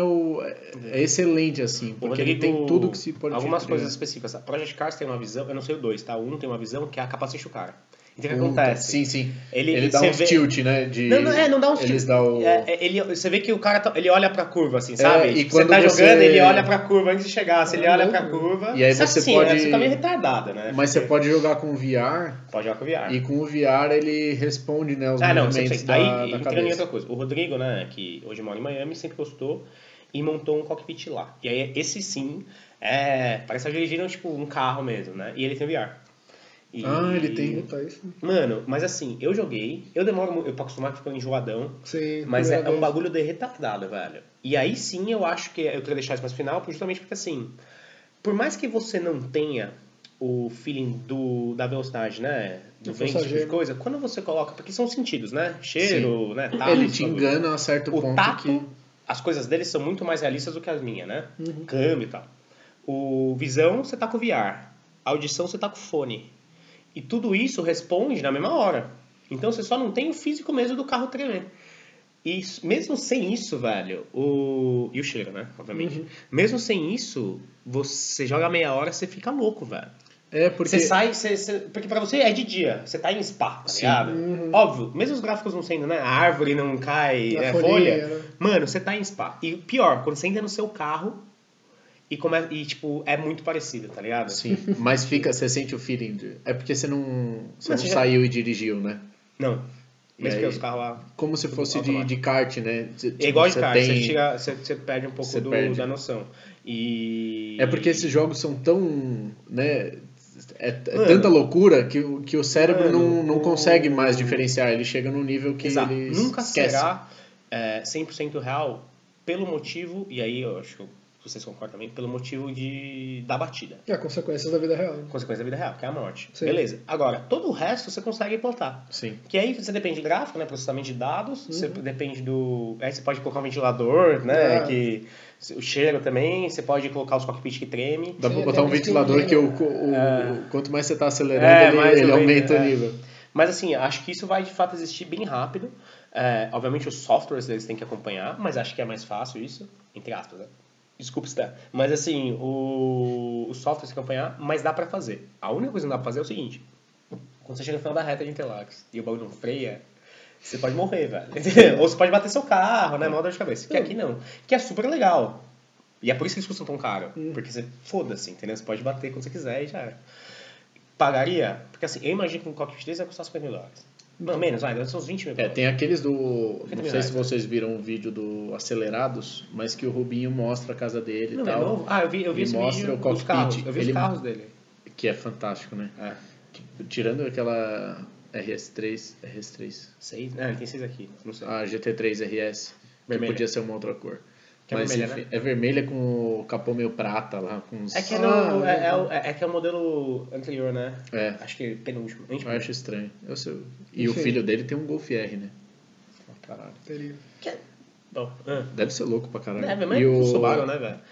Speaker 4: é excelente, assim. Porque ele tem tudo que se pode
Speaker 2: algumas
Speaker 4: criar.
Speaker 2: coisas específicas. A Project Cars tem uma visão, eu não sei o 2, tá? O 1 tem uma visão que é a capacete do cara. Então o que acontece?
Speaker 4: Sim.
Speaker 2: Ele
Speaker 4: dá
Speaker 2: você
Speaker 4: uns
Speaker 2: vê...
Speaker 4: tilt, né?
Speaker 2: Não dá uns
Speaker 4: Eles
Speaker 2: tilt.
Speaker 4: dão
Speaker 2: Você vê que o cara ele olha pra curva, assim, sabe?
Speaker 4: e
Speaker 2: Tipo, você
Speaker 4: quando
Speaker 2: tá
Speaker 4: você-
Speaker 2: jogando, ele olha pra curva antes de chegar. Se ele olha pra
Speaker 3: louco.
Speaker 2: curva...
Speaker 4: E aí
Speaker 2: Só que
Speaker 4: você
Speaker 2: assim,
Speaker 4: pode-
Speaker 2: Você fica meio retardado, né?
Speaker 4: Mas você pode jogar com VR,
Speaker 2: Pode jogar com VR.
Speaker 4: e com o VR ele responde, né, os
Speaker 2: Não,
Speaker 4: movimentos
Speaker 2: 100%.
Speaker 4: da
Speaker 2: Aí, entrando em
Speaker 4: cabeça.
Speaker 2: outra coisa. O Rodrigo, né, que hoje mora em Miami, sempre gostou e montou um cockpit lá. E aí, esse sim, parece que tá dirigindo, tipo, um carro mesmo, né? E ele tem VR.
Speaker 4: Ele tem.
Speaker 3: Puta, isso.
Speaker 2: Mano, mas assim, eu joguei, eu pra acostumar, ficando enjoadão,
Speaker 3: Sim,
Speaker 2: mas
Speaker 3: primeira
Speaker 2: é um
Speaker 3: vez.
Speaker 2: bagulho de retardado, velho. E aí sim eu acho que eu queria deixar isso mais final, justamente porque assim, por mais que você não tenha o feeling da velocidade, né? Do
Speaker 3: Do
Speaker 2: vento, esse tipo de
Speaker 3: passageiro.
Speaker 2: coisa, quando você coloca, porque são sentidos, né? Cheiro, né? Tato,
Speaker 4: Ele
Speaker 2: esse
Speaker 4: te
Speaker 2: bagulho.
Speaker 4: engana a certo
Speaker 2: O
Speaker 4: ponto
Speaker 2: tato,
Speaker 4: que...
Speaker 2: as coisas dele são muito mais realistas do que as minhas, né? Câmbio e tal. O visão, você tá com o VR. A audição, você tá com o fone. E tudo isso responde na mesma hora. Então você só não tem o físico mesmo do carro tremer. E mesmo sem isso, velho, e o cheiro, né? Obviamente. Mesmo sem isso, você joga meia hora, você fica louco, velho.
Speaker 4: porque...
Speaker 2: Você sai, porque pra você é de dia, você tá em spa, tá ligado? Óbvio, mesmo os gráficos não sendo, né? A árvore não cai,
Speaker 3: A
Speaker 2: folha.
Speaker 3: folhinha, né?
Speaker 2: Mano, você tá em spa. E pior, quando você entra no seu carro e tipo, é muito parecido, tá ligado?
Speaker 4: Sim, mas você sente o feeling É porque você não
Speaker 2: Mas você já-
Speaker 4: saiu e dirigiu, né?
Speaker 2: Não.
Speaker 4: E
Speaker 2: Mesmo
Speaker 4: aí,
Speaker 2: que os carros lá...
Speaker 4: Como se fosse
Speaker 2: automático.
Speaker 4: de kart, né?
Speaker 2: É igual de
Speaker 4: você
Speaker 2: kart,
Speaker 4: tem-
Speaker 2: você perde um pouco
Speaker 4: Você perde.
Speaker 2: da noção. E...
Speaker 4: É porque esses jogos são tão, né? É
Speaker 2: Mano,
Speaker 4: tanta loucura que o cérebro
Speaker 2: mano,
Speaker 4: não consegue mais diferenciar. Ele chega num nível que
Speaker 2: Exato.
Speaker 4: ele
Speaker 2: Nunca
Speaker 4: esquece.
Speaker 2: será 100% real pelo motivo, e aí eu acho que vocês concordam também, pelo motivo da batida.
Speaker 3: É, consequências da vida real.
Speaker 2: Consequência da vida real, que é a morte.
Speaker 3: Sim.
Speaker 2: Beleza. Agora, todo o resto você consegue plotar.
Speaker 4: Sim.
Speaker 2: Que aí você depende de gráfico, né? Processamento de dados, você depende do... Aí você pode colocar um ventilador, né? Que... O cheiro também, você pode colocar os cockpits que treme.
Speaker 4: Dá pra
Speaker 3: Sim,
Speaker 4: botar um
Speaker 3: até
Speaker 4: ventilador que
Speaker 3: mesmo,
Speaker 4: quanto mais você tá acelerando,
Speaker 2: mais
Speaker 4: ele
Speaker 2: ou menos,
Speaker 4: aumenta o nível.
Speaker 2: Mas assim, acho que isso vai de fato existir bem rápido. Obviamente os softwares eles têm que acompanhar, mas acho que é mais fácil isso, entre aspas, né? Desculpa Stan. Mas assim, os softwares têm que acompanhar, mas dá pra fazer. A única coisa que não dá pra fazer é o seguinte: quando você chega no final da reta de Interlagos e o bagulho não freia, você pode morrer, velho. Entendeu? Ou você pode bater seu carro, né? Mó dor de cabeça. Que aqui não. Que é super legal. E é por isso que eles custam tão caro. Porque você foda-se, entendeu? Você pode bater quando você quiser e já era. Pagaria? Porque assim, eu imagino que um cockpit desse vai custar $50 mil. Não, menos, vai, deve ser uns 20 mil.
Speaker 4: Tem aqueles do... Não sei
Speaker 2: reais,
Speaker 4: se vocês viram um vídeo do Acelerados, mas que o Rubinho mostra a casa dele
Speaker 2: Não,
Speaker 4: e
Speaker 2: é
Speaker 4: tal.
Speaker 2: novo? Eu vi
Speaker 4: Ele
Speaker 2: esse
Speaker 4: mostra
Speaker 2: vídeo
Speaker 4: o
Speaker 2: dos
Speaker 4: cockpit.
Speaker 2: carros. Eu vi
Speaker 4: Ele-
Speaker 2: os carros dele.
Speaker 4: Que é fantástico, né? Tirando aquela RS3,
Speaker 2: Seis? Ele tem 6 aqui. Não sei.
Speaker 4: a GT3 RS, que
Speaker 2: Vermelha.
Speaker 4: podia ser uma outra cor.
Speaker 2: Que é
Speaker 4: Mas
Speaker 2: vermelha,
Speaker 4: enfim,
Speaker 2: né?
Speaker 4: é vermelha com o capô meio prata lá, com uns...
Speaker 2: É que é o modelo anterior, né?
Speaker 4: É.
Speaker 2: Acho que penúltimo.
Speaker 4: Eu acho estranho. E o
Speaker 3: Enfim.
Speaker 4: filho dele tem um Golf R, né?
Speaker 2: Caralho.
Speaker 3: Teria.
Speaker 2: Bom,
Speaker 4: Deve ser louco pra caralho.
Speaker 2: deve, mas
Speaker 4: E
Speaker 2: o
Speaker 4: o
Speaker 2: Subaru, né, velho?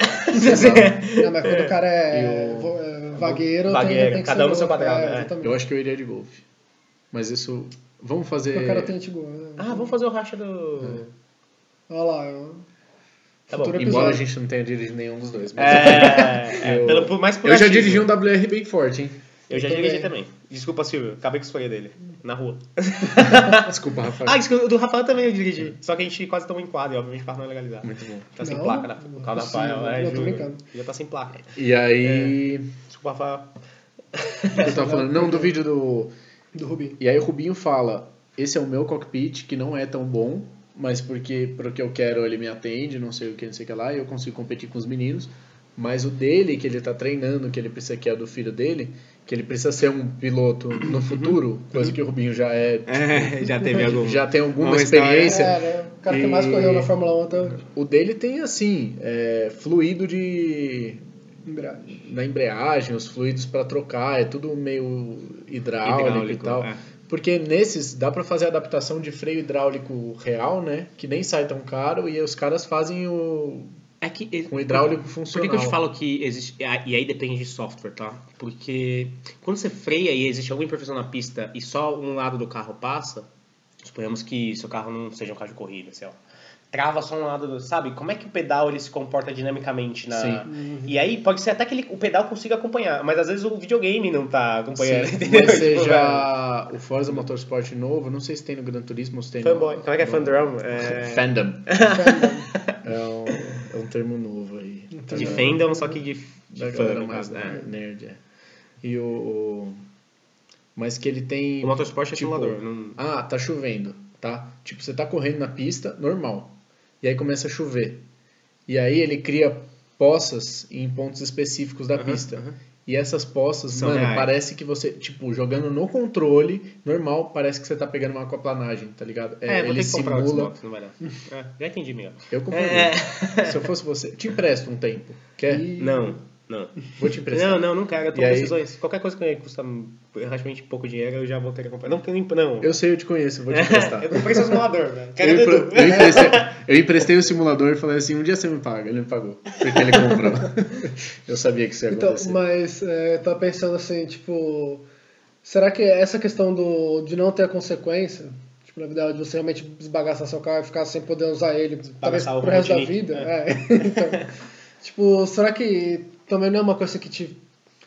Speaker 3: Não, mas quando o cara
Speaker 4: E
Speaker 3: vagueiro,
Speaker 2: Vagueiro,
Speaker 3: tem que
Speaker 2: cada
Speaker 3: ser
Speaker 2: um no seu
Speaker 3: louco.
Speaker 2: quadrado, né?
Speaker 3: Exatamente.
Speaker 4: Eu acho que eu iria de Golf. Mas isso... Vamos fazer...
Speaker 3: O cara tem Tiguan. Né?
Speaker 2: Vamos fazer o racha do...
Speaker 3: Olha lá.
Speaker 2: Tá bom.
Speaker 3: Futuro
Speaker 4: Embora a
Speaker 3: episódio.
Speaker 4: gente não tenha dirigido nenhum dos dois. Mas
Speaker 2: mais por
Speaker 4: eu já
Speaker 2: achismo.
Speaker 4: dirigi um WR bem forte, hein?
Speaker 2: Eu já
Speaker 3: Eu
Speaker 2: dirigi
Speaker 3: também.
Speaker 2: também. Desculpa, Silvio. Acabei com a história dele. Na rua.
Speaker 4: Desculpa, Rafael.
Speaker 2: Desculpa. O do Rafael também eu dirigi. Só que a gente quase tomou em quadro e obviamente o carro não é legalizado.
Speaker 4: Muito bom.
Speaker 2: Tá sem
Speaker 3: Não,
Speaker 2: placa, né?
Speaker 3: não
Speaker 2: O carro do
Speaker 3: é
Speaker 2: Rafael,
Speaker 3: possível. Eu tô
Speaker 2: juro.
Speaker 3: brincando.
Speaker 2: Já tá sem placa.
Speaker 4: E aí...
Speaker 2: Desculpa, Rafael.
Speaker 4: O que eu tava falando? Não, do vídeo do...
Speaker 3: Do Rubinho.
Speaker 4: E aí o Rubinho fala, esse é o meu cockpit, que não é tão bom, mas porque pro que eu quero ele me atende, não sei o que lá, e eu consigo competir com os meninos. Mas o dele, que ele tá treinando, que ele precisa, que é do filho dele, que ele precisa ser um piloto no futuro, coisa que o Rubinho já é,
Speaker 2: Já teve algum.
Speaker 4: já tem alguma
Speaker 2: uma
Speaker 4: experiência.
Speaker 3: né? O cara que mais correu na Fórmula 1 até hoje.
Speaker 4: O dele tem, assim, fluido de...
Speaker 3: Embreagem.
Speaker 4: Na embreagem, os fluidos para trocar, é tudo meio hidráulico e tal. Porque nesses dá para fazer a adaptação de freio hidráulico real, né? Que nem sai tão caro e os caras fazem com hidráulico funcional.
Speaker 2: Por que eu te falo que existe... E aí depende de software, tá? Porque quando você freia e existe alguma imperfeição na pista e só um lado do carro passa, suponhamos que seu carro não seja um carro de corrida, sei lá. Trava só um lado, sabe? Como é que o pedal ele se comporta dinamicamente na...
Speaker 4: Sim.
Speaker 2: E aí pode ser até que o pedal consiga acompanhar, mas às vezes o videogame não tá acompanhando,
Speaker 4: Sim,
Speaker 2: entendeu?
Speaker 4: mas seja o Forza Motorsport novo, não sei se tem no Gran Turismo ou se tem
Speaker 2: Fanboy. Como é que é Fandom?
Speaker 4: Fandom. É um termo novo aí.
Speaker 2: De fandom, só que de
Speaker 4: Da
Speaker 2: fã,
Speaker 4: galera
Speaker 2: no
Speaker 4: mais
Speaker 2: caso.
Speaker 4: nerd, E mas que ele tem...
Speaker 2: O Motorsport é simulador.
Speaker 4: tá chovendo, tá? Tipo, você tá correndo na pista, normal. E aí começa a chover. E aí ele cria poças em pontos específicos da pista. E essas poças,
Speaker 2: São
Speaker 4: mano,
Speaker 2: reais.
Speaker 4: parece que você, tipo, jogando no controle, normal, parece que você tá pegando uma aquaplanagem, tá ligado?
Speaker 2: Vou
Speaker 4: Ele
Speaker 2: ter que comprar o
Speaker 4: simula...
Speaker 2: Xbox, não vai dar. Já entendi, meu.
Speaker 4: Eu comprei. Se eu fosse você, te empresto um tempo. Quer?
Speaker 2: Não.
Speaker 4: Vou te emprestar.
Speaker 2: Não quero. Eu tô
Speaker 4: E
Speaker 2: com
Speaker 4: aí-
Speaker 2: decisões. Qualquer coisa que custa relativamente pouco dinheiro, eu já vou ter que comprar. Não.
Speaker 4: Eu sei, eu te conheço, eu vou te emprestar.
Speaker 2: Eu comprei seu simulador, velho. Quero
Speaker 4: Eu,
Speaker 2: Edu.
Speaker 4: eu emprestei o simulador e falei assim, um dia você me paga. Ele me pagou, porque ele comprou. Eu sabia que isso ia
Speaker 3: Então,
Speaker 4: acontecer.
Speaker 3: mas eu tava pensando assim, tipo, será que essa questão de não ter a consequência, tipo, na verdade, de você realmente esbagaçar seu carro e ficar sem poder usar ele, talvez
Speaker 2: o
Speaker 3: pro resto da
Speaker 2: Robotnik,
Speaker 3: vida? Então, tipo, será que também não é uma coisa que te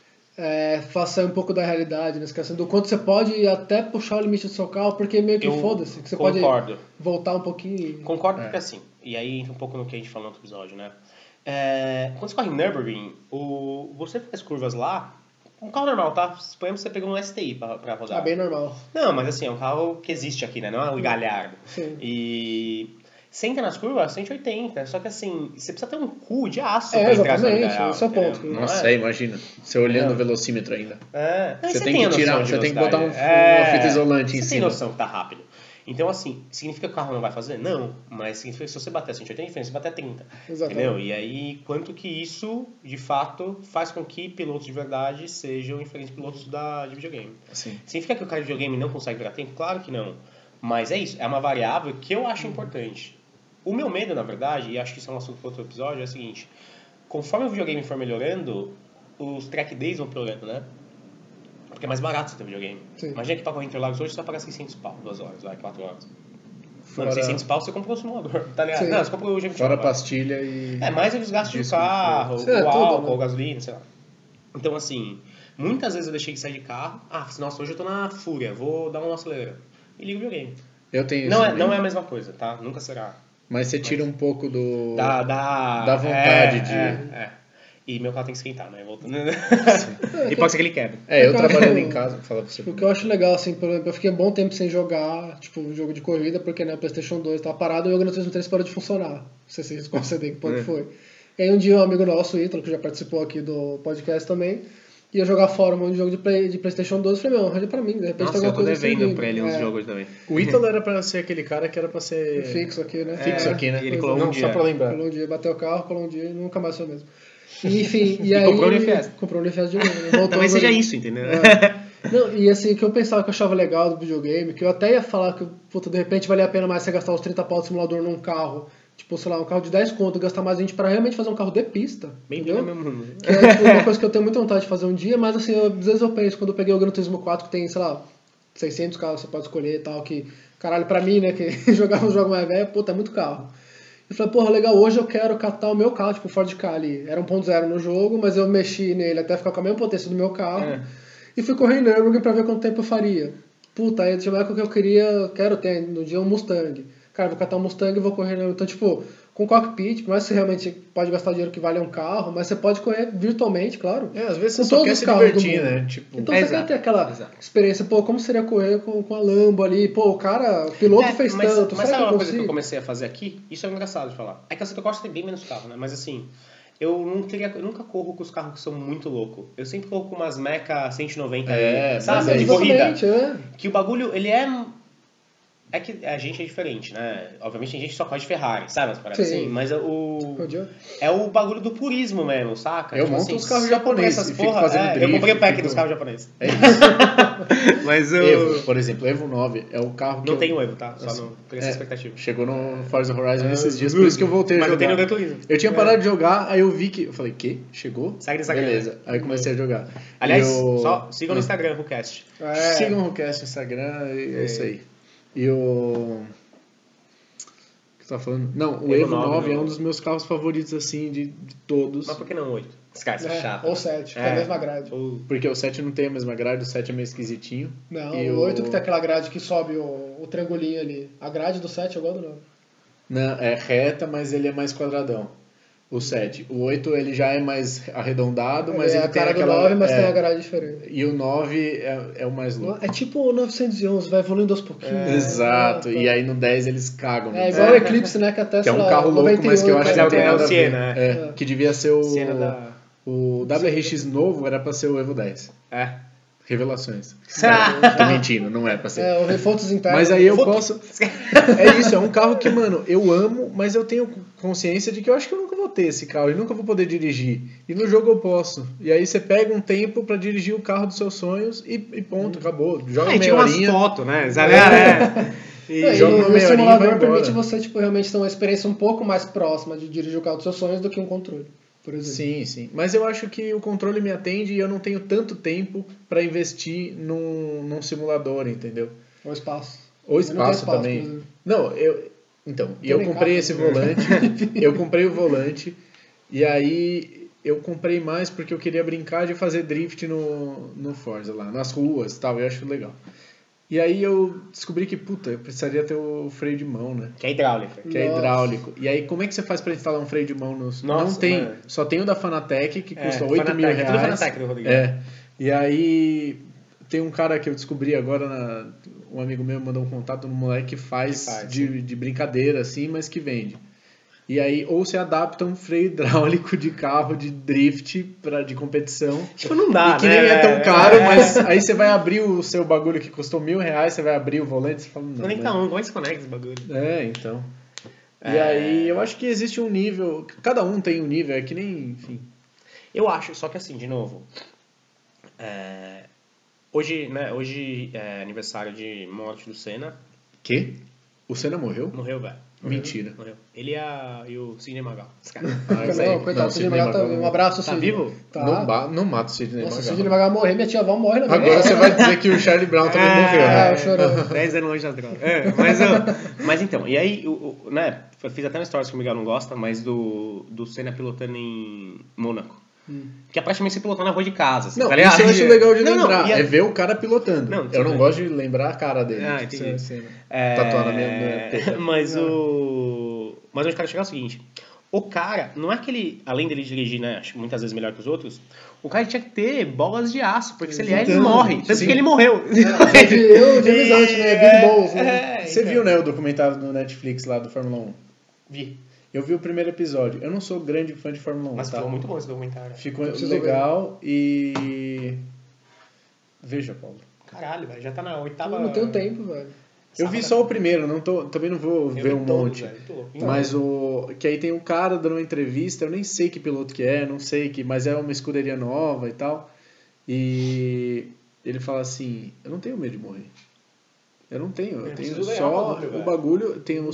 Speaker 3: faz sair um pouco da realidade, nessa questão do quanto você pode até puxar o limite do seu carro, porque meio que
Speaker 2: Eu
Speaker 3: foda-se, que você
Speaker 2: concordo.
Speaker 3: pode voltar um pouquinho.
Speaker 2: Concordo porque assim, e aí entra um pouco no que a gente falou no outro episódio, né? Quando você corre em Nürburgring, você faz curvas lá, um carro normal, tá? Suponhamos que você pegou um STI pra rodar.
Speaker 3: Bem normal.
Speaker 2: Não, mas assim, é um carro que existe aqui, né? Não é um galhardo.
Speaker 3: Sim.
Speaker 2: E você entra nas curvas 180, só que assim, você precisa ter um cu de aço pra entrar nessa
Speaker 3: exatamente,
Speaker 2: galhardo,
Speaker 3: esse é o ponto.
Speaker 2: entendeu? Não
Speaker 4: Nossa, imagina. Você olhando
Speaker 2: Não.
Speaker 4: o velocímetro ainda.
Speaker 2: Não,
Speaker 4: Você
Speaker 2: e
Speaker 4: tem que
Speaker 2: a noção
Speaker 4: tirar,
Speaker 2: de
Speaker 4: você tem que
Speaker 2: velocidade.
Speaker 4: botar uma fita isolante em
Speaker 2: Você tem
Speaker 4: cima.
Speaker 2: noção que tá rápido. Então, assim, significa que o carro não vai fazer? Não, mas significa que se você bater a 180, é diferente, se bater a 30.
Speaker 3: Exatamente.
Speaker 2: Entendeu? E aí, quanto que isso, de fato, faz com que pilotos de verdade sejam diferentes pilotos de videogame.
Speaker 4: Assim.
Speaker 2: Significa que o cara de videogame não consegue virar tempo? Claro que não. Mas é isso, é uma variável que eu acho importante. O meu medo, na verdade, e acho que isso é um assunto para outro episódio, é o seguinte: conforme o videogame for melhorando, os track days vão piorando, né? Porque é mais barato você ter videogame.
Speaker 3: Sim.
Speaker 2: Imagina que pra correr Interlagos hoje você vai pagar 600 pau, 2 horas, 4 horas.
Speaker 4: Fora-
Speaker 2: Mano, 600 pau você comprou o simulador, tá ligado?
Speaker 3: Sim.
Speaker 2: Não, você comprou o GM.
Speaker 4: Fora a pastilha e...
Speaker 2: Mais o desgaste do
Speaker 4: Disco de
Speaker 2: carro, o
Speaker 3: freio.
Speaker 2: álcool,
Speaker 3: Tudo, né?
Speaker 2: gasolina, sei lá. Então, assim, muitas vezes eu deixei de sair de carro. Nossa, hoje eu tô na fúria, vou dar um acelerão. E ligo o videogame.
Speaker 4: Eu tenho isso
Speaker 2: Não é
Speaker 4: também.
Speaker 2: a mesma coisa, tá? Nunca será.
Speaker 4: Mas você tira um pouco do...
Speaker 2: Da
Speaker 4: vontade de...
Speaker 2: E meu carro tem que esquentar, né? Voltando. E pode ser que ele quebre.
Speaker 4: eu
Speaker 3: Cara,
Speaker 4: trabalhando
Speaker 3: eu-
Speaker 4: em casa, fala pra você.
Speaker 3: O que eu acho legal, assim, por exemplo, eu fiquei um bom tempo sem jogar, tipo, um jogo de corrida, porque né, o PlayStation 2 tava parado e o Gran Turismo 3 parou de funcionar. Não sei se vocês concedem que ponto foi. E aí um dia um amigo nosso, o Ítalo, que já participou aqui do podcast também, ia jogar fórum um jogo de PlayStation 2, eu falei, meu, arranja pra mim, de repente
Speaker 2: Nossa,
Speaker 3: tem
Speaker 2: eu
Speaker 3: alguma
Speaker 2: tô
Speaker 3: coisa
Speaker 2: devendo
Speaker 3: comigo.
Speaker 2: pra ele uns jogos também.
Speaker 4: O Ítalo era pra ser aquele cara que era pra ser...
Speaker 3: Fixo aqui, né?
Speaker 4: Fixo aqui, né?
Speaker 2: E ele colou
Speaker 4: Não,
Speaker 2: um
Speaker 4: só
Speaker 2: dia.
Speaker 4: pra lembrar.
Speaker 3: Colou um dia, bateu o carro, colou um dia e nunca mais foi o mesmo. E, enfim, e aí...
Speaker 2: comprou o Unifest.
Speaker 3: Comprou o Unifest de novo. Né? Voltou
Speaker 2: Talvez
Speaker 3: agora-
Speaker 2: seja isso, entendeu?
Speaker 3: Não, e assim, o que eu pensava que eu achava legal do videogame, que eu até ia falar que, puta, de repente valia a pena mais você gastar os 30 pau de simulador num carro, tipo, sei lá, um carro de 10 conto, gastar mais 20 pra realmente fazer um carro de pista,
Speaker 2: Bem
Speaker 3: entendeu?
Speaker 2: no mesmo mundo.
Speaker 3: Que é tipo, uma coisa que eu tenho muita vontade de fazer um dia, mas assim, às vezes eu penso, quando eu peguei o Gran Turismo 4, que tem, sei lá, 600 carros que você pode escolher e tal, que, caralho, pra mim, né, que jogava um jogo mais velho, puta, é muito carro. Eu falei, porra, legal, hoje eu quero catar o meu carro, tipo o Ford Ka ali. Era 1.0 no jogo, mas eu mexi nele até ficar com a mesma potência do meu carro. E fui correr em Nürburgring pra ver quanto tempo eu faria. Puta, aí tinha uma época que eu quero ter no dia um Mustang. Cara, vou catar um Mustang e vou correr. Então, tipo, com cockpit, por mais que você realmente pode gastar o dinheiro que vale um carro, mas você pode correr virtualmente, claro.
Speaker 4: Às vezes
Speaker 3: Com
Speaker 4: você só
Speaker 3: todos
Speaker 4: quer
Speaker 3: os
Speaker 4: se
Speaker 3: carros do
Speaker 4: divertir,
Speaker 3: mundo.
Speaker 4: né? Tipo...
Speaker 3: Então você
Speaker 2: Exato,
Speaker 3: quer ter aquela
Speaker 2: exato.
Speaker 3: experiência, pô, como seria correr com a Lambo ali? Pô, o piloto fez
Speaker 2: mas,
Speaker 3: tanto,
Speaker 2: mas
Speaker 3: será
Speaker 2: sabe
Speaker 3: que eu
Speaker 2: uma coisa que eu
Speaker 3: consigo?
Speaker 2: comecei a fazer aqui? Isso é engraçado de falar. É que a City Corsa tem bem menos carro, né? Mas assim, eu nunca corro com os carros que são muito loucos. Eu sempre corro com umas Mecha 190
Speaker 4: É,
Speaker 2: sabe?
Speaker 4: mas
Speaker 2: De
Speaker 3: Exatamente,
Speaker 2: corrida. Que o bagulho, ele é... É que a gente é diferente, né? Obviamente tem gente que só corre de Ferrari, sabe? Umas paradas
Speaker 3: Sim.
Speaker 2: assim. Mas é o bagulho do purismo mesmo, saca?
Speaker 4: Eu
Speaker 2: Tipo
Speaker 4: monto
Speaker 2: assim,
Speaker 4: os carros
Speaker 2: se eu comprei
Speaker 4: japoneses
Speaker 2: essas
Speaker 4: e fico
Speaker 2: porra,
Speaker 4: fazendo drift,
Speaker 2: eu comprei o pack
Speaker 4: fico-
Speaker 2: dos carros japoneses.
Speaker 4: É isso.
Speaker 2: Mas o...
Speaker 4: Evo, por exemplo, Evo 9 é o carro que
Speaker 2: Não tem o Evo, tá? Só não cria essa
Speaker 4: É,
Speaker 2: expectativa.
Speaker 4: Chegou no Forza Horizon esses dias, por isso que eu voltei a
Speaker 2: Mas eu tenho
Speaker 4: jogar.
Speaker 2: no Gran Turismo.
Speaker 4: Eu tinha parado de jogar, aí eu vi que... Eu falei, que? Chegou?
Speaker 2: Segue no Instagram.
Speaker 4: Beleza. Aí eu comecei a jogar.
Speaker 2: Aliás,
Speaker 4: E o-
Speaker 2: só sigam no Instagram, RuCast.
Speaker 4: Sigam o Cast no Instagram, e é isso aí. E o... O que você tá falando? Não, o Evo 9 é um dos meus carros favoritos, assim, de todos.
Speaker 2: Mas por que não 8? Esse cara é chato.
Speaker 3: Ou 7, que é a mesma grade.
Speaker 4: Porque o 7 não tem a mesma grade, o 7 é meio esquisitinho.
Speaker 3: Não,
Speaker 4: E
Speaker 3: o 8 que tem aquela grade que sobe o triangulinho ali. A grade do 7 eu gosto do 9.
Speaker 4: Não, é reta, mas ele é mais quadradão. O 7. O 8 ele já é mais arredondado, mas
Speaker 3: é
Speaker 4: ele
Speaker 3: a
Speaker 4: tem
Speaker 3: cara
Speaker 4: aquela...
Speaker 3: do 9, mas tem a grade diferente.
Speaker 4: E o 9 é o mais louco.
Speaker 3: É tipo o 911, vai evoluindo aos pouquinhos.
Speaker 4: Exato. E aí no 10 eles cagam.
Speaker 3: É igual o Eclipse, né? Que até,
Speaker 4: Que é um
Speaker 3: sei lá,
Speaker 4: carro louco, mas que eu acho que não tem
Speaker 2: é o
Speaker 4: nada a ver.
Speaker 2: Siena,
Speaker 3: né?
Speaker 4: Que devia ser o...
Speaker 2: Siena da...
Speaker 4: O WRX novo era pra ser o Evo 10.
Speaker 2: É.
Speaker 4: Revelações. Tô mentindo, não é pra ser.
Speaker 3: É, o fotos internas.
Speaker 4: Mas aí eu posso... É isso, é um carro que, mano, eu amo, mas eu tenho consciência de que eu acho que eu nunca vou ter esse carro e nunca vou poder dirigir. E no jogo eu posso. E aí você pega um tempo pra dirigir o carro dos seus sonhos e ponto, acabou. Joga meia
Speaker 2: tira umas
Speaker 4: horinha.
Speaker 2: fotos, né?
Speaker 3: E
Speaker 4: joga uma
Speaker 3: o
Speaker 4: meia horinha e vai
Speaker 3: simulador
Speaker 4: embora.
Speaker 3: permite você, tipo, realmente ter uma experiência um pouco mais próxima de dirigir o carro dos seus sonhos do que um controle, por exemplo.
Speaker 4: Sim, sim. Mas eu acho que o controle me atende e eu não tenho tanto tempo pra investir num simulador, entendeu?
Speaker 3: Ou espaço.
Speaker 4: Ou
Speaker 3: Eu não tenho
Speaker 4: espaço
Speaker 3: por
Speaker 4: também.
Speaker 3: exemplo.
Speaker 4: Não, então,
Speaker 3: Tem
Speaker 4: eu
Speaker 3: nem
Speaker 4: comprei
Speaker 3: carro,
Speaker 4: esse
Speaker 3: né?
Speaker 4: volante, eu comprei o volante, e aí eu comprei mais porque eu queria brincar de fazer drift no Forza lá, nas ruas e tal, eu acho legal. E aí eu descobri que, puta, eu precisaria ter o freio de mão, né?
Speaker 2: Que é hidráulica.
Speaker 4: Que é
Speaker 3: Nossa.
Speaker 4: hidráulico. E aí como é que você faz pra instalar um freio de mão no... Não
Speaker 2: Nossa,
Speaker 4: tem,
Speaker 2: mano.
Speaker 4: só tem o da Fanatec, que custa
Speaker 2: É,
Speaker 4: 8
Speaker 2: Fanatec,
Speaker 4: mil
Speaker 2: é tudo
Speaker 4: reais.
Speaker 2: Fanatec do Rodrigo.
Speaker 4: É. E aí tem um cara que eu descobri agora, um amigo meu mandou um contato no moleque que faz de brincadeira assim, mas que vende. E aí ou você adapta um freio hidráulico de carro de drift de competição.
Speaker 2: Tipo, não dá,
Speaker 4: e que
Speaker 2: né?
Speaker 4: nem é tão caro, mas aí você vai abrir o seu bagulho que custou R$1.000, você vai abrir o volante e você fala, não.
Speaker 2: Não nem tá como é que se conecta esse bagulho?
Speaker 4: É, então. E aí eu acho que existe um nível, cada um tem um nível, é que nem, enfim.
Speaker 2: Eu acho, só que assim, de novo, hoje é aniversário de morte do Senna.
Speaker 4: Que? O Senna morreu?
Speaker 2: Morreu, velho.
Speaker 4: Mentira.
Speaker 2: Morreu. Ele e o Sidney Magal. Esse cara.
Speaker 3: Não, coitado, o Sidney Magal, um abraço,
Speaker 2: Tá
Speaker 3: Sidney.
Speaker 2: vivo?
Speaker 3: Tá.
Speaker 4: Não mata o Sidney
Speaker 3: Nossa, se o
Speaker 4: Magal.
Speaker 3: Sidney Magal morrer, minha tia avó morre na
Speaker 4: Agora você vai dizer que o Charlie Brown também morreu, né?
Speaker 3: eu chorou.
Speaker 2: 10 anos longe das drogas. Mas então, e aí, né, eu fiz até uma história que o Miguel não gosta, mas do Senna pilotando em Mônaco. Que é praticamente você pilotar na rua de casa. Assim,
Speaker 4: Não,
Speaker 2: tá ligado?
Speaker 4: isso eu acho legal de
Speaker 2: Não,
Speaker 4: lembrar.
Speaker 2: e a-
Speaker 4: É ver o cara pilotando.
Speaker 2: Não,
Speaker 4: eu
Speaker 2: tudo
Speaker 4: não
Speaker 2: bem.
Speaker 4: gosto de lembrar a cara dele.
Speaker 2: Ah, entendi.
Speaker 4: Tatuar na minha teta.
Speaker 2: Mas onde eu quero chegar é o seguinte. O cara, não é que ele, além dele dirigir, né, acho que muitas vezes melhor que os outros, o cara tinha que ter bolas de aço, porque se ele ele
Speaker 3: Então,
Speaker 2: morre. Tanto
Speaker 4: sim.
Speaker 2: que ele morreu.
Speaker 3: Eu de amizade, né? Big Balls, né?
Speaker 4: Você viu, né, o documentário do Netflix lá do Fórmula 1?
Speaker 2: Vi.
Speaker 4: Eu vi o primeiro episódio. Eu não sou grande fã de Fórmula 1,
Speaker 2: Mas
Speaker 4: tá?
Speaker 2: ficou muito bom esse documentário.
Speaker 4: Ficou
Speaker 3: Eu preciso
Speaker 4: legal e... Veja, Paulo.
Speaker 2: Caralho, velho, já tá na oitava...
Speaker 3: Eu não tenho tempo, velho.
Speaker 4: Eu vi só o primeiro, também não vou ver um monte.
Speaker 2: Velho, tô louco.
Speaker 4: Mas que aí tem um cara dando uma entrevista, eu nem sei que piloto que é, não sei que, mas é uma escuderia nova e tal. E ele fala assim, eu não tenho medo de morrer. Eu não tenho, eu tenho
Speaker 2: preciso ganhar
Speaker 4: só
Speaker 2: o
Speaker 4: o bagulho, tenho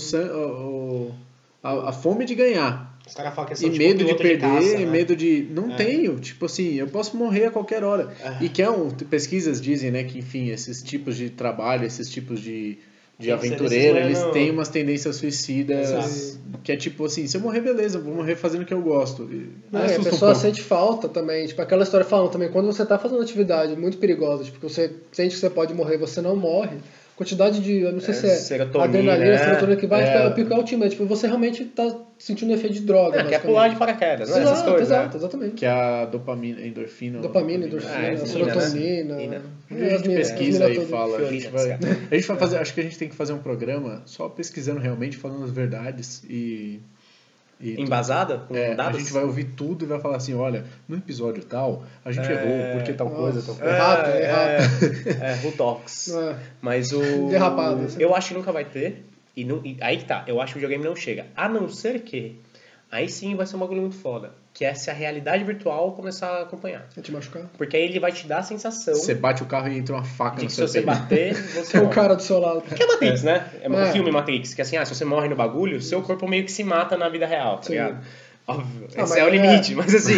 Speaker 4: a fome de ganhar.
Speaker 2: Os caras falam que
Speaker 4: E medo de
Speaker 2: piloto
Speaker 4: perder,
Speaker 2: caça,
Speaker 4: e
Speaker 2: né?
Speaker 4: medo de... Não tenho, tipo assim, eu posso morrer a qualquer hora. E que pesquisas dizem, né, que enfim, esses tipos de trabalho, esses tipos de aventureiro, eles têm umas tendências suicidas,
Speaker 2: Exato.
Speaker 4: que é tipo assim, se eu morrer, beleza, eu vou morrer fazendo o que eu gosto.
Speaker 3: Não, e a
Speaker 4: Assusta um
Speaker 3: pessoa
Speaker 4: pouco.
Speaker 3: sente falta também. Tipo, aquela história falam também, quando você tá fazendo uma atividade muito perigosa, tipo, que você sente que você pode morrer, você não morre, quantidade de, eu não sei se é
Speaker 2: serotonina,
Speaker 3: adrenalina, serotonina que vai,
Speaker 4: É.
Speaker 3: o pico é altíssimo. Tipo, você realmente tá sentindo um efeito de droga.
Speaker 2: Quer pular de paraquedas, né? Essas coisas.
Speaker 3: Exato, exatamente.
Speaker 4: Que é a dopamina, endorfina.
Speaker 3: Dopamina, endorfina, serotonina.
Speaker 4: A gente pesquisa e fala. A gente vai fazer, acho que a gente tem que fazer um programa só pesquisando realmente, falando as verdades e
Speaker 2: embasada, com
Speaker 4: A
Speaker 2: dados.
Speaker 4: gente vai ouvir tudo e vai falar assim, olha, no episódio tal, a gente errou, porque tal coisa, tal coisa.
Speaker 3: Errado.
Speaker 2: Who talks.
Speaker 3: É.
Speaker 2: Mas o...
Speaker 3: Derrapado, assim.
Speaker 2: Eu acho que nunca vai ter. E aí que tá, eu acho que o videogame não chega. A não ser que... Aí sim vai ser um bagulho muito foda. Que é se a realidade virtual começar a acompanhar.
Speaker 3: Vai te machucar?
Speaker 2: Porque aí ele vai te dar a sensação
Speaker 4: Você bate o carro e entra uma faca
Speaker 2: de
Speaker 4: no
Speaker 2: que se
Speaker 4: seu
Speaker 2: você
Speaker 4: peito.
Speaker 2: bater, você
Speaker 3: Tem um
Speaker 2: morre.
Speaker 3: cara do seu lado.
Speaker 2: Que é Matrix, né? É um
Speaker 3: É.
Speaker 2: filme Matrix. Que assim, se você morre no bagulho, seu corpo meio que se mata na vida real, tá
Speaker 3: Sim.
Speaker 2: ligado? Óbvio.
Speaker 3: Ah,
Speaker 2: Esse
Speaker 3: mas
Speaker 2: é o limite. Mas assim...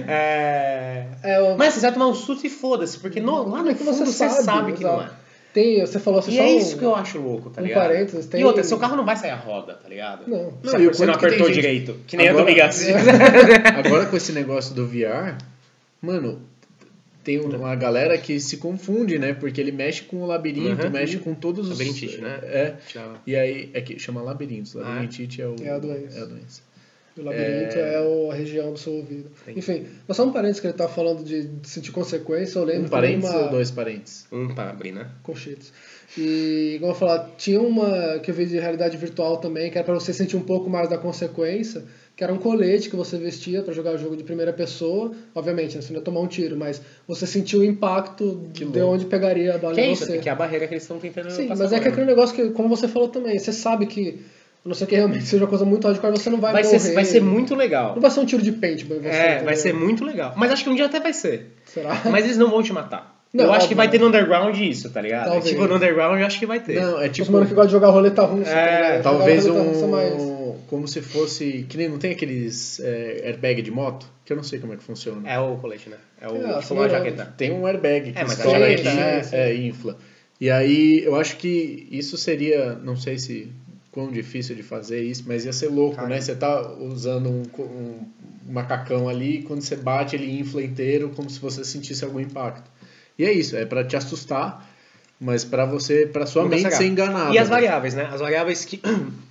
Speaker 2: Mas você vai tomar um susto e foda-se. Porque lá no
Speaker 3: É que
Speaker 2: fundo você sabe que não é.
Speaker 3: exato. Você falou assim,
Speaker 2: E
Speaker 3: só
Speaker 2: é isso que eu acho louco, tá ligado?
Speaker 3: parênteses, tem...
Speaker 2: E outra, seu carro não vai sair a roda, tá ligado?
Speaker 3: Não.
Speaker 2: Não,
Speaker 4: e o
Speaker 2: você não
Speaker 4: quanto que
Speaker 2: apertou
Speaker 4: tem gente-
Speaker 2: direito. Que nem
Speaker 4: Agora-
Speaker 2: a do Migassi.
Speaker 4: Agora com esse negócio do VR, mano, tem uma galera que se confunde, né? Porque ele mexe com o labirinto,
Speaker 2: Uhum.
Speaker 4: mexe com todos os...
Speaker 2: Labirintite, né?
Speaker 4: É.
Speaker 2: Tchau.
Speaker 4: E aí, é que chama labirintos. Labirintite é
Speaker 3: a doença.
Speaker 4: É a doença.
Speaker 3: O labirinto é a região do seu ouvido.
Speaker 2: Entendi.
Speaker 3: Enfim, mas só um parênteses que ele tá falando de sentir consequência, eu lembro
Speaker 4: Um parênteses
Speaker 3: também
Speaker 4: ou dois parênteses?
Speaker 2: Para abrir, né?
Speaker 3: Colchetes. E, como eu falar, tinha uma que eu vi de realidade virtual também, que era pra você sentir um pouco mais da consequência, que era um colete que você vestia pra jogar jogo de primeira pessoa. Obviamente, né, você não ia tomar um tiro, mas você sentiu o impacto de onde pegaria a bala
Speaker 2: Que é
Speaker 3: em
Speaker 2: isso,
Speaker 3: você.
Speaker 2: que é a barreira que eles estão tentando
Speaker 3: Sim,
Speaker 2: passar
Speaker 3: mas é que
Speaker 2: por,
Speaker 3: aquele negócio que, como você falou também, você sabe que, a não ser que realmente seja uma coisa muito hardcore, você não vai morrer.
Speaker 2: vai ser muito legal.
Speaker 3: Não vai ser um tiro de paintball em você.
Speaker 2: Vai
Speaker 3: entendeu?
Speaker 2: ser muito legal. Mas acho que um dia até vai ser.
Speaker 3: Será?
Speaker 2: Mas eles não vão te matar.
Speaker 3: Não,
Speaker 2: eu acho que
Speaker 3: óbvio,
Speaker 2: vai
Speaker 3: né?
Speaker 2: ter no Underground isso, tá ligado?
Speaker 3: Talvez.
Speaker 2: Tipo, no Underground eu acho que vai ter.
Speaker 4: Não, é
Speaker 3: Tipo,
Speaker 4: tipo...
Speaker 3: os mano que gosta de jogar roleta russa. tá ligado?
Speaker 4: Talvez
Speaker 3: Jogar roleta russa mais...
Speaker 4: como se fosse... Que nem não tem aqueles airbag de moto? Que eu não sei como é que funciona.
Speaker 2: É o colete, né? É o tipo
Speaker 3: assim,
Speaker 2: uma
Speaker 3: não.
Speaker 2: jaqueta.
Speaker 4: Tem um airbag que
Speaker 2: mas a
Speaker 4: estoura
Speaker 2: jaqueta,
Speaker 4: aqui infla. E aí eu acho que isso seria... Não sei se quão difícil de fazer isso, mas ia ser louco, né? Você tá usando um macacão ali e quando você bate ele infla inteiro como se você sentisse algum impacto. E é isso, é pra te assustar, mas pra você, pra sua
Speaker 2: Nunca
Speaker 4: mente
Speaker 2: será.
Speaker 4: ser enganada.
Speaker 2: E as variáveis, né? As variáveis que...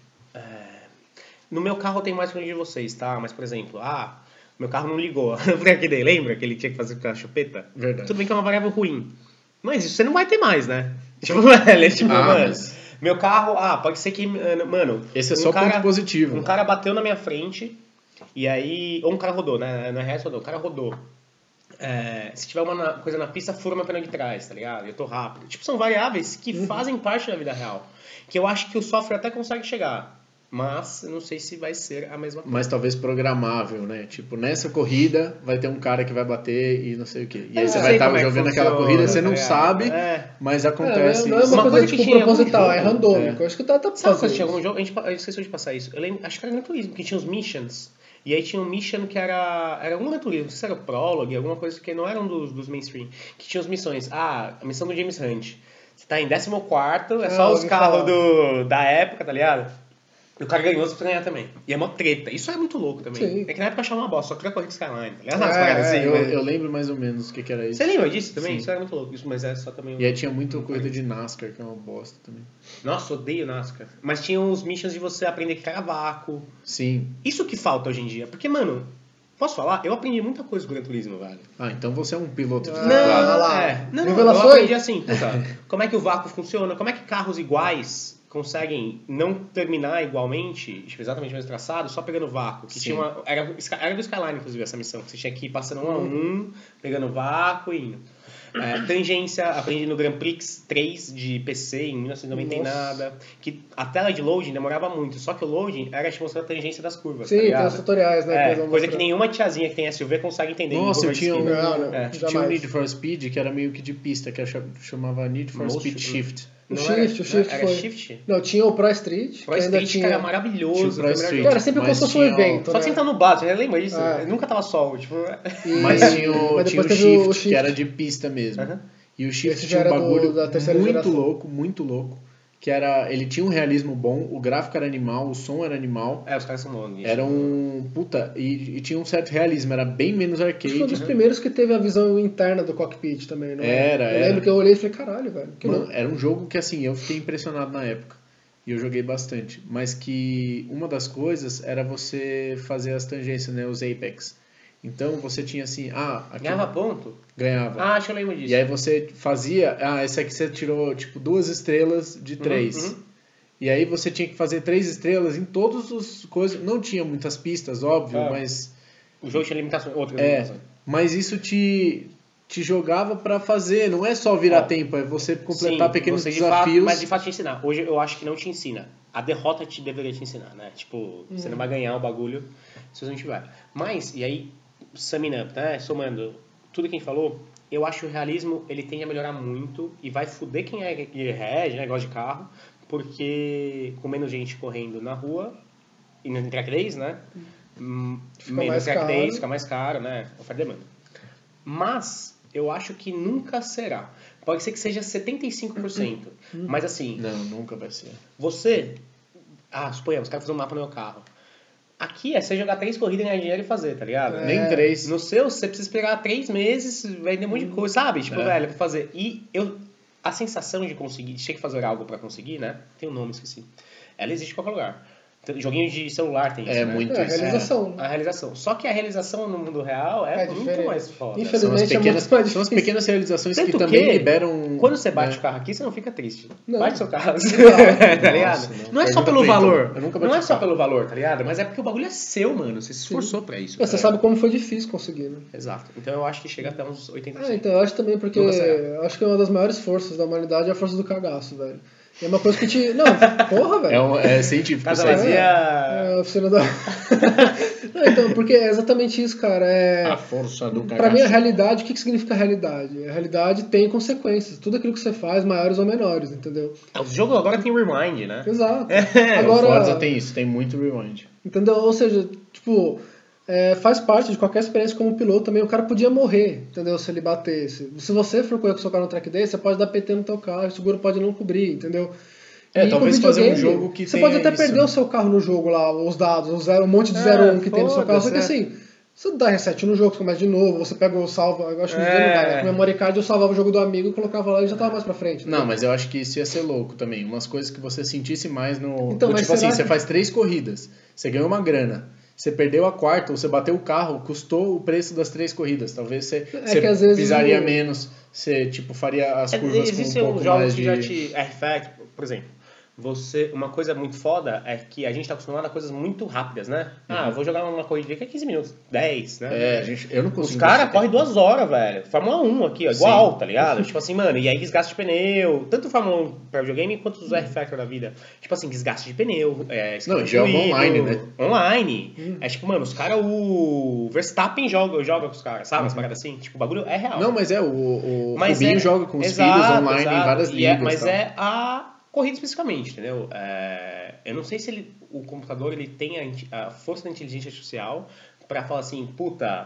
Speaker 2: No meu carro eu tenho mais que o de vocês, tá? Mas, por exemplo, meu carro não ligou. Porque daí, lembra que ele tinha que fazer com a chupeta?
Speaker 4: Verdade.
Speaker 2: Tudo bem que é uma variável ruim. Mas isso você não vai ter mais, né? Tipo, mano...
Speaker 4: mas-
Speaker 2: Meu carro, pode ser que... Mano...
Speaker 4: Esse é só ponto positivo.
Speaker 2: Um cara bateu na minha frente e aí... Ou um cara rodou, né? Na real, rodou. O cara rodou. Se tiver uma coisa na pista, fura meu pneu de trás, tá ligado? Eu tô rápido. Tipo, são variáveis que fazem parte da vida real. Que eu acho que o software até consegue chegar. Mas eu não sei se vai ser a mesma coisa.
Speaker 4: Mas talvez programável, né? Tipo, nessa corrida vai ter um cara que vai bater e não sei o quê. E aí você vai estar jogando aquela corrida, você não sabe, mas acontece
Speaker 3: Não é
Speaker 4: isso.
Speaker 3: uma coisa
Speaker 2: que
Speaker 3: tipo
Speaker 2: tinha
Speaker 3: proposital,
Speaker 2: algum
Speaker 3: é
Speaker 2: jogo.
Speaker 3: randômico. Eu acho que tá
Speaker 2: Sabe
Speaker 3: fazendo
Speaker 2: quando tinha algum
Speaker 3: isso.
Speaker 2: jogo? A gente esqueceu de passar isso. Eu lembro, acho que era Gran Turismo, que tinha os missions. E aí tinha um mission que era um Gran Turismo, não sei se era o Prologue, alguma coisa que não eram dos mainstream. Que tinha as missões. A missão do James Hunt. Você tá em 14º, é só os
Speaker 3: ouvi
Speaker 2: carros
Speaker 3: falar.
Speaker 2: da época, tá ligado? E o cara ganhou, você precisa ganhar também. E é uma treta. Isso é muito louco também.
Speaker 3: Sim.
Speaker 2: É que na época eu achava uma bosta, só queria correr com Skyline, tá ligado? Umas paradas assim, mas-
Speaker 4: Eu lembro mais ou menos o que era isso.
Speaker 2: Você lembra disso também?
Speaker 4: Sim.
Speaker 2: Isso era muito louco. Isso, mas é só também...
Speaker 4: E aí tinha muita corrida de NASCAR, que é uma bosta também.
Speaker 2: Nossa, odeio NASCAR. Mas tinha uns missions de você aprender que era vácuo.
Speaker 4: Sim.
Speaker 2: Isso que falta hoje em dia. Porque, mano, posso falar? Eu aprendi muita coisa com o Gran Turismo, velho.
Speaker 4: Então você é um piloto
Speaker 3: Não,
Speaker 4: frustrado.
Speaker 3: olha lá.
Speaker 2: Não,
Speaker 3: Revelações?
Speaker 2: eu aprendi assim, puta, como é que o vácuo funciona, como é que carros iguais conseguem não terminar igualmente, tipo, exatamente o mesmo traçado, só pegando vácuo. Que
Speaker 4: Sim.
Speaker 2: tinha era do Skyline, inclusive, essa missão, que você tinha que ir passando um a um, pegando vácuo e indo. Tangência, aprendi no Grand Prix 3 de PC em 1990 e
Speaker 3: Nossa.
Speaker 2: nada. Que a tela de loading demorava muito, só que o loading era te mostrar a tangência das curvas.
Speaker 3: Sim,
Speaker 2: tá
Speaker 3: tem
Speaker 2: ligado?
Speaker 3: os tutoriais, né?
Speaker 2: Coisa
Speaker 3: eles vão
Speaker 2: que
Speaker 3: mostrar.
Speaker 2: nenhuma tiazinha que tem SUV consegue entender.
Speaker 4: Nossa,
Speaker 2: em
Speaker 4: eu tinha um,
Speaker 2: curva de esquina.
Speaker 3: Não,
Speaker 4: tinha um
Speaker 3: jamais.
Speaker 4: Need for Speed que era meio que de pista, que chamava Need for
Speaker 2: Most
Speaker 4: Speed
Speaker 2: Pro-
Speaker 4: Shift.
Speaker 3: O
Speaker 2: Não
Speaker 3: Shift
Speaker 2: era
Speaker 3: foi.
Speaker 2: Shift?
Speaker 3: Não, tinha o Pro Street,
Speaker 2: Pro
Speaker 3: que ainda
Speaker 2: Street,
Speaker 3: tinha...
Speaker 2: cara, maravilhoso.
Speaker 4: Tinha o Pro
Speaker 2: foi o melhor
Speaker 4: Street.
Speaker 2: jogo.
Speaker 3: Cara, sempre como
Speaker 4: Mas
Speaker 3: se fosse um
Speaker 4: tinha o-
Speaker 3: evento,
Speaker 2: Só
Speaker 3: né?
Speaker 2: que você tá no base, você lembra disso?
Speaker 3: É.
Speaker 2: Nunca tava sol, tipo...
Speaker 4: Mas tinha o
Speaker 3: Mas depois teve
Speaker 4: Shift,
Speaker 3: o Shift.
Speaker 4: que era de pista mesmo.
Speaker 2: Aham.
Speaker 4: E o Shift
Speaker 3: Esse
Speaker 4: tinha
Speaker 3: já
Speaker 4: um
Speaker 3: era
Speaker 4: bagulho
Speaker 3: da terceira geração.
Speaker 4: muito louco. Que era, ele tinha um realismo bom, o gráfico era animal, o som era animal.
Speaker 2: Os caras são bons nisso.
Speaker 4: Era um... Puta, e tinha um certo realismo, era bem menos
Speaker 3: Acho que foi um
Speaker 4: arcade.
Speaker 3: dos primeiros que teve a visão interna do cockpit também, não é?
Speaker 4: Era.
Speaker 3: Eu lembro que eu olhei e falei, caralho, velho, que
Speaker 4: Mano,
Speaker 3: louco.
Speaker 4: era um jogo que assim, eu fiquei impressionado na época. E eu joguei bastante. Mas que uma das coisas era você fazer as tangências, né? Os apex. Então você tinha assim, aqui
Speaker 2: Ganhava ponto?
Speaker 4: ganhava.
Speaker 2: Acho que eu lembro disso.
Speaker 4: E aí você fazia, esse aqui você tirou tipo 2 estrelas de 3. E aí você tinha que fazer 3 estrelas em todas as coisas. Não tinha muitas pistas, óbvio, mas...
Speaker 2: O jogo tinha limitações, outras
Speaker 4: É,
Speaker 2: limitações.
Speaker 4: mas isso te jogava pra fazer, não é só virar tempo, é você completar pequenos desafios.
Speaker 2: Mas de fato te ensinar. Hoje eu acho que não te ensina. A derrota deveria te ensinar, né? Tipo, você não vai ganhar o bagulho se você não tiver. Mas, e aí, summing up, né? Somando tudo que a gente falou, eu acho que o realismo, ele tende a melhorar muito e vai foder quem é gearhead, né? Gosta de carro, porque com menos gente correndo na rua, e no track days, né? Menos track days, fica mais caro, né? Oferta e demanda. Mas eu acho que nunca será. Pode ser que seja 75%. Mas assim...
Speaker 4: Não, nunca vai ser.
Speaker 2: Você... suponhamos, quero fazer um mapa no meu carro. Aqui é você jogar 3 corridas, ganhar dinheiro e fazer, tá ligado?
Speaker 4: Nem 3.
Speaker 2: No seu, você precisa esperar 3 meses, vender um monte de coisa, sabe? Tipo, velho, pra fazer. E a sensação de conseguir, de ter que fazer algo pra conseguir, né? Tem um nome, esqueci. Ela existe em qualquer lugar. Joguinho de celular tem isso, né?
Speaker 4: Muito
Speaker 3: a
Speaker 4: isso.
Speaker 3: realização.
Speaker 2: A realização. Só que a realização no mundo real é muito
Speaker 3: diferente.
Speaker 2: mais foda.
Speaker 3: Infelizmente,
Speaker 4: São as pequenas realizações
Speaker 2: Tanto
Speaker 4: que também liberam...
Speaker 2: Quando você bate o carro aqui, você não fica triste.
Speaker 3: Não.
Speaker 2: Bate seu carro.
Speaker 3: Não.
Speaker 2: Tá ligado?
Speaker 4: Nossa,
Speaker 2: não é só
Speaker 4: pergunta
Speaker 2: pelo
Speaker 4: pro Ítalo.
Speaker 2: valor.
Speaker 4: Eu nunca
Speaker 2: Não
Speaker 4: bati
Speaker 2: é só
Speaker 4: carro.
Speaker 2: pelo valor, tá ligado? Mas é porque o bagulho é seu, mano. Você se esforçou pra isso.
Speaker 3: Você sabe como foi difícil conseguir, né?
Speaker 2: Exato. Então eu acho que chega até uns 80%.
Speaker 3: Então eu acho também porque
Speaker 2: Nunca será.
Speaker 3: eu acho que uma das maiores forças da humanidade é a força do cagaço, velho. E é uma coisa que te... Não, porra, velho.
Speaker 4: É científico.
Speaker 2: Casa
Speaker 4: isso aí.
Speaker 2: vazia.
Speaker 3: É a oficina da... Não, então, porque é exatamente isso, cara.
Speaker 4: A força do cagaço.
Speaker 3: Pra mim, a realidade, o que significa realidade? A realidade tem consequências. Tudo aquilo que você faz, maiores ou menores, entendeu?
Speaker 2: O jogo agora tem rewind, né?
Speaker 3: Exato.
Speaker 4: O Forza tem isso, tem muito rewind.
Speaker 3: Entendeu? Ou seja, tipo, faz parte de qualquer experiência como piloto também. O cara podia morrer, entendeu? Se ele batesse. Se você for correr com o seu carro no track day, você pode dar PT no teu carro, o seguro pode não cobrir, entendeu? E
Speaker 4: talvez
Speaker 3: com
Speaker 4: fazer um
Speaker 3: videogame,
Speaker 4: jogo que
Speaker 3: você
Speaker 4: tenha
Speaker 3: pode até
Speaker 4: isso.
Speaker 3: perder o seu carro no jogo lá, os dados, um monte de 01 que tem no seu carro. Só que
Speaker 2: foda-se,
Speaker 3: assim, você dá reset no jogo, você começa de novo, você pega o salva. Eu acho que não dá, né? Com o memory card eu salvava o jogo do amigo e colocava lá e já tava mais pra frente.
Speaker 4: Não, mas eu acho que isso ia ser louco também. Umas coisas que você sentisse mais no...
Speaker 3: Então, mas
Speaker 4: tipo assim,
Speaker 3: será
Speaker 4: você
Speaker 3: que-
Speaker 4: faz 3 corridas, você ganhou uma grana, você perdeu a quarta, ou você bateu o carro, custou o preço das 3 corridas. Talvez você
Speaker 3: que às vezes
Speaker 4: pisaria
Speaker 3: o-
Speaker 4: menos, você tipo, faria as curvas com
Speaker 2: Existem
Speaker 4: um pouco
Speaker 2: uns jogos
Speaker 4: mais
Speaker 2: que
Speaker 4: de...
Speaker 2: já te reflect, por exemplo. Uma coisa muito foda é que a gente tá acostumado a coisas muito rápidas, né? Eu vou jogar uma corrida que é 15 minutos, 10, né?
Speaker 4: eu não consigo...
Speaker 2: Os caras
Speaker 4: investir
Speaker 2: correm
Speaker 4: tempo.
Speaker 2: 2 horas, velho. Fórmula 1 aqui, ó, igual,
Speaker 4: Sim.
Speaker 2: tá ligado? Tipo assim, mano, e aí desgaste de pneu. Tanto Fórmula 1 pra videogame quanto os R-Factor da vida. Tipo assim, desgaste de pneu.
Speaker 4: Não, joga online, né?
Speaker 2: Online. É tipo, mano, os caras, o Verstappen joga com os caras, sabe? As paradas assim. Tipo, o bagulho é real.
Speaker 4: Não, mas o
Speaker 2: Mas
Speaker 4: Rubinho joga com os
Speaker 2: exato,
Speaker 4: filhos online em
Speaker 2: exato.
Speaker 4: várias
Speaker 2: E
Speaker 4: ligas.
Speaker 2: mas
Speaker 4: tal.
Speaker 2: é a corrida especificamente, entendeu? Eu não sei se o computador ele tem a força da inteligência artificial pra falar assim, puta,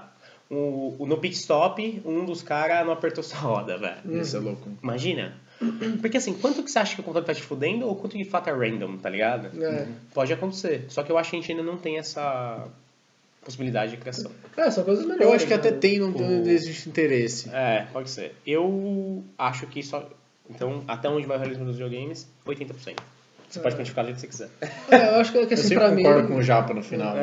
Speaker 2: no pit stop, um dos caras não apertou sua roda, velho.
Speaker 4: Isso é louco.
Speaker 2: Imagina. Porque assim, quanto que você acha que o computador tá te fudendo ou quanto de fato é random, tá ligado? Pode acontecer. Só que eu acho que a gente ainda não tem essa possibilidade de criação.
Speaker 3: São coisas melhores.
Speaker 4: Eu acho que até
Speaker 3: né?
Speaker 4: tem, não existe interesse.
Speaker 2: Pode ser. Eu acho que só... Então, até onde vai o realismo dos videogames? 80%. Você pode quantificar do jeito que você quiser.
Speaker 3: Eu acho que
Speaker 4: Eu
Speaker 3: assim,
Speaker 4: sempre
Speaker 3: pra mim...
Speaker 4: concordo com o Japa no final.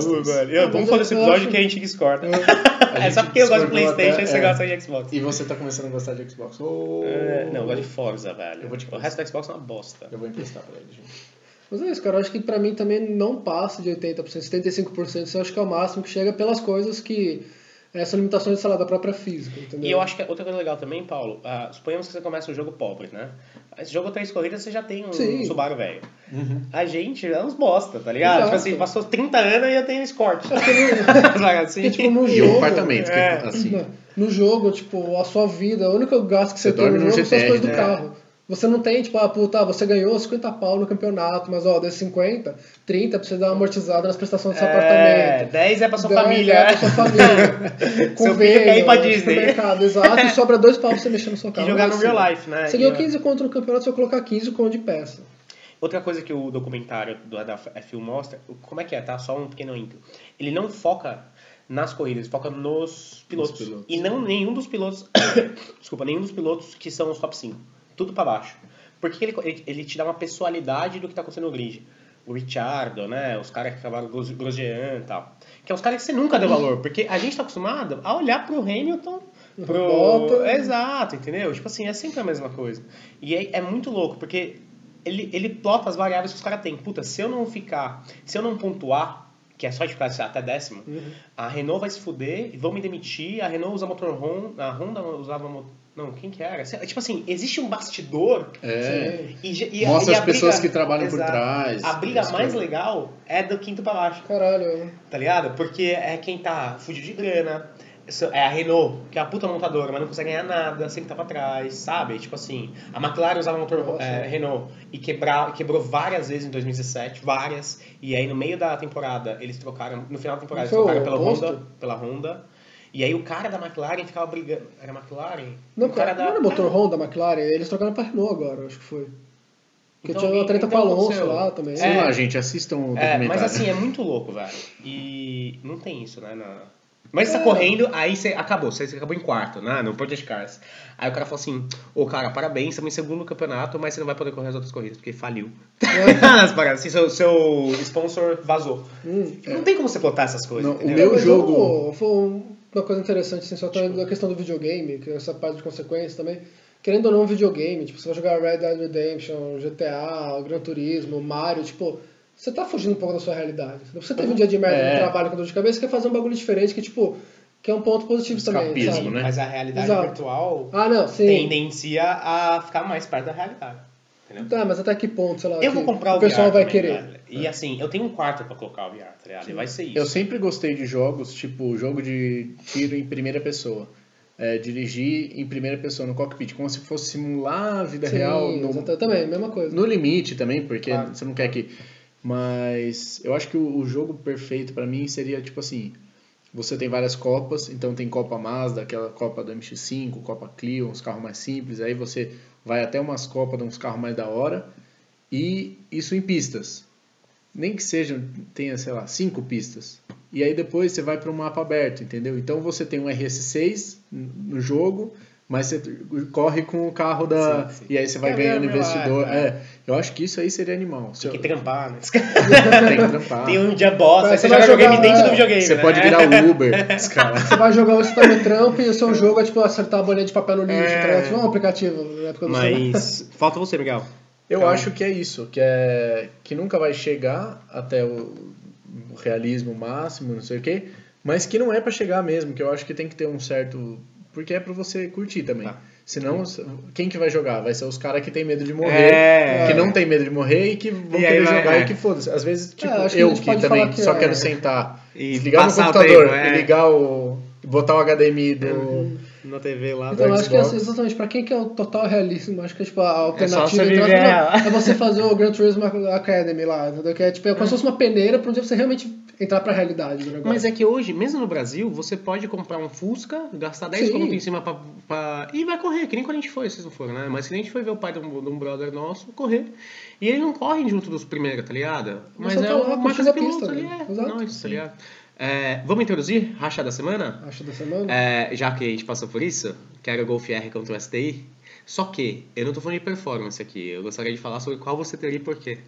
Speaker 2: Vamos fazer esse episódio que a gente discorda. É só porque eu gosto de PlayStation e você gosta de Xbox.
Speaker 4: E você tá começando a gostar de Xbox.
Speaker 2: Não, eu gosto de Forza, velho. O resto da Xbox é uma bosta.
Speaker 4: Eu vou emprestar pra ele, gente.
Speaker 3: Mas é isso, cara. Eu acho que pra mim também não passa de 80%, 75%. Isso eu acho que é o máximo que chega pelas coisas que... São limitações, sei lá, da própria física, entendeu?
Speaker 2: E eu acho que outra coisa legal também, Paulo, suponhamos que você começa um jogo pobre, né? Esse jogo 3 corridas, você já tem um Subaru velho. A gente é uns bosta, tá ligado?
Speaker 3: Exato.
Speaker 2: Tipo assim, passou 30 anos e eu tenho um Escort. assim.
Speaker 3: Porque, tipo, no
Speaker 4: E
Speaker 3: jogo...
Speaker 4: um apartamento, que assim...
Speaker 3: No jogo, tipo, a sua vida, o único gasto que você tem
Speaker 4: dorme
Speaker 3: no
Speaker 4: no
Speaker 3: jogo são as
Speaker 4: GTR,
Speaker 3: coisas do
Speaker 4: né?
Speaker 3: carro. Você não tem, tipo, você ganhou 50 pau no campeonato, mas, desses 50, 30 pra você dar uma amortizada nas prestações do seu apartamento.
Speaker 2: 10 é pra sua
Speaker 3: 10
Speaker 2: família.
Speaker 3: É pra sua família.
Speaker 2: Seu filho quer ir pra Disney.
Speaker 3: Supermercado, exato. E sobra 2 pau pra você mexer no seu
Speaker 2: E
Speaker 3: carro.
Speaker 2: jogar no
Speaker 3: Assim,
Speaker 2: real life, né?
Speaker 3: Você ganhou 15 conto no campeonato, você vai colocar 15 conto de peça.
Speaker 2: Outra coisa que o documentário da F1 mostra, como é que é, tá? Só um pequeno intro. Ele não foca nas corridas, ele foca nos pilotos. E não nenhum dos pilotos... Desculpa, nenhum dos pilotos que são os top 5. Tudo pra baixo. Porque ele te dá uma pessoalidade do que tá acontecendo no grid. O Ricciardo, né? Os caras que acabaram Grosjean e tal. Que é os caras que você nunca deu valor. Porque a gente tá acostumado a olhar pro Hamilton,
Speaker 3: Bota.
Speaker 2: Exato, entendeu? Tipo assim, é sempre a mesma coisa. E é muito louco, porque ele plota as variáveis que os caras têm. Puta, se eu não pontuar, que é só de ficar até 10º, a Renault vai se fuder, vão me demitir, a Renault usa motorhome, a Honda usava não, quem que era? Tipo assim, existe um bastidor.
Speaker 4: Mostra as pessoas
Speaker 2: briga,
Speaker 4: que trabalham por trás.
Speaker 2: A briga mais legal é do quinto pra baixo.
Speaker 3: Caralho.
Speaker 2: Tá ligado? Porque é quem tá fudido de grana. É a Renault, que é a puta montadora, mas não consegue ganhar nada, sempre tá pra trás, sabe? Tipo assim, a McLaren usava motor Renault e quebrou várias vezes em 2017, várias. E aí no meio da temporada, eles trocaram, no final da temporada, eles trocaram pela Honda. E aí o cara da McLaren ficava brigando. Era McLaren?
Speaker 3: Não,
Speaker 2: o cara
Speaker 3: não era motor Honda da McLaren, eles trocaram pra Renault agora, acho que foi. Porque
Speaker 2: Então,
Speaker 3: tinha uma treta com o Alonso lá também.
Speaker 4: Sei lá, gente, assistam o documentário.
Speaker 2: Mas assim, é muito louco, velho. E não tem isso, né? Mas você tá correndo, aí você acabou em quarto, né? No Project Cars. Aí o cara falou assim, cara, parabéns, estamos em segundo campeonato, mas você não vai poder correr as outras corridas, porque faliu. Nas paradas, assim, seu sponsor vazou. Não tem como você plotar essas coisas,
Speaker 4: não, o meu jogo...
Speaker 3: Foi uma coisa interessante, assim, só também da questão do videogame, que essa parte de consequência também. Querendo ou não, videogame, tipo, você vai jogar Red Dead Redemption, GTA, Gran Turismo, Mario, tipo... Você tá fugindo um pouco da sua realidade. Você teve um dia de merda no trabalho com dor de cabeça, quer fazer um bagulho diferente que, tipo, que é um ponto positivo também, sabe?
Speaker 2: Né? Mas a realidade virtual tendencia a ficar mais perto da realidade. Entendeu?
Speaker 3: Tá, mas até que ponto, sei lá,
Speaker 2: eu vou comprar
Speaker 3: o pessoal vai
Speaker 2: também,
Speaker 3: querer.
Speaker 2: Velho. E assim, eu tenho um quarto pra colocar o VR, tá ligado? E vai ser isso.
Speaker 4: Eu sempre gostei de jogos, tipo, jogo de tiro em primeira pessoa. Dirigir em primeira pessoa no cockpit, como se fosse simular a vida real.
Speaker 3: Também, mesma coisa.
Speaker 4: No limite também, porque você não quer que... Mas eu acho que o jogo perfeito pra mim seria tipo assim, você tem várias copas, então tem Copa Mazda, aquela Copa do MX-5, Copa Clio, uns carros mais simples, aí você vai até umas copas de uns carros mais da hora, e isso em pistas. Nem que tenha, sei lá, 5 pistas. E aí depois você vai para um mapa aberto, entendeu? Então você tem um RS6 no jogo, mas você corre com o carro da... Sim. E aí você vai ganhando investidor. Eu acho que isso aí seria animal.
Speaker 2: Tem que trampar, né?
Speaker 4: Tem que trampar.
Speaker 2: Tem um dia bosta,
Speaker 3: você
Speaker 2: vai jogar videogame dentro do videogame.
Speaker 4: Você pode virar Uber, os caras.
Speaker 3: Você vai jogar você tá no trampo e o seu jogo é tipo acertar a bolinha de papel no lixo, tá? Tipo um aplicativo na época do
Speaker 2: Mas falta você, Miguel.
Speaker 4: Eu acho que é isso, que nunca vai chegar até o realismo máximo, não sei o quê, mas que não é pra chegar mesmo, que eu acho que tem que ter um certo... Porque é pra você curtir também. Senão, quem que vai jogar? Vai ser os caras que tem medo de morrer, que não tem medo de morrer e que vão querer jogar e que foda-se. Às vezes, tipo, eu que também só quero sentar, ligar no computador e ligar botar o HDMI
Speaker 2: na TV lá.
Speaker 3: Então, eu acho que exatamente, pra quem quer o total realismo, acho que tipo, a alternativa é você fazer o Gran Turismo Academy lá, entendeu? Que é tipo, como se fosse uma peneira pra onde você realmente entrar pra realidade do negócio.
Speaker 2: Mas é que hoje, mesmo no Brasil, você pode comprar um Fusca, gastar 10 conto em cima e vai correr, que nem quando a gente foi, vocês não foram, né? Mas que nem a gente foi ver o pai de um brother nosso correr. E ele não corre junto dos primeiros, tá ligado? Mas é uma coisa piloto ali, nóis, tá ligado? Vamos introduzir Racha da Semana?
Speaker 3: Racha da Semana?
Speaker 2: Já que a gente passou por isso, que era o Golf R contra o STI. Só que, eu não tô falando de performance aqui, eu gostaria de falar sobre qual você teria e por quê.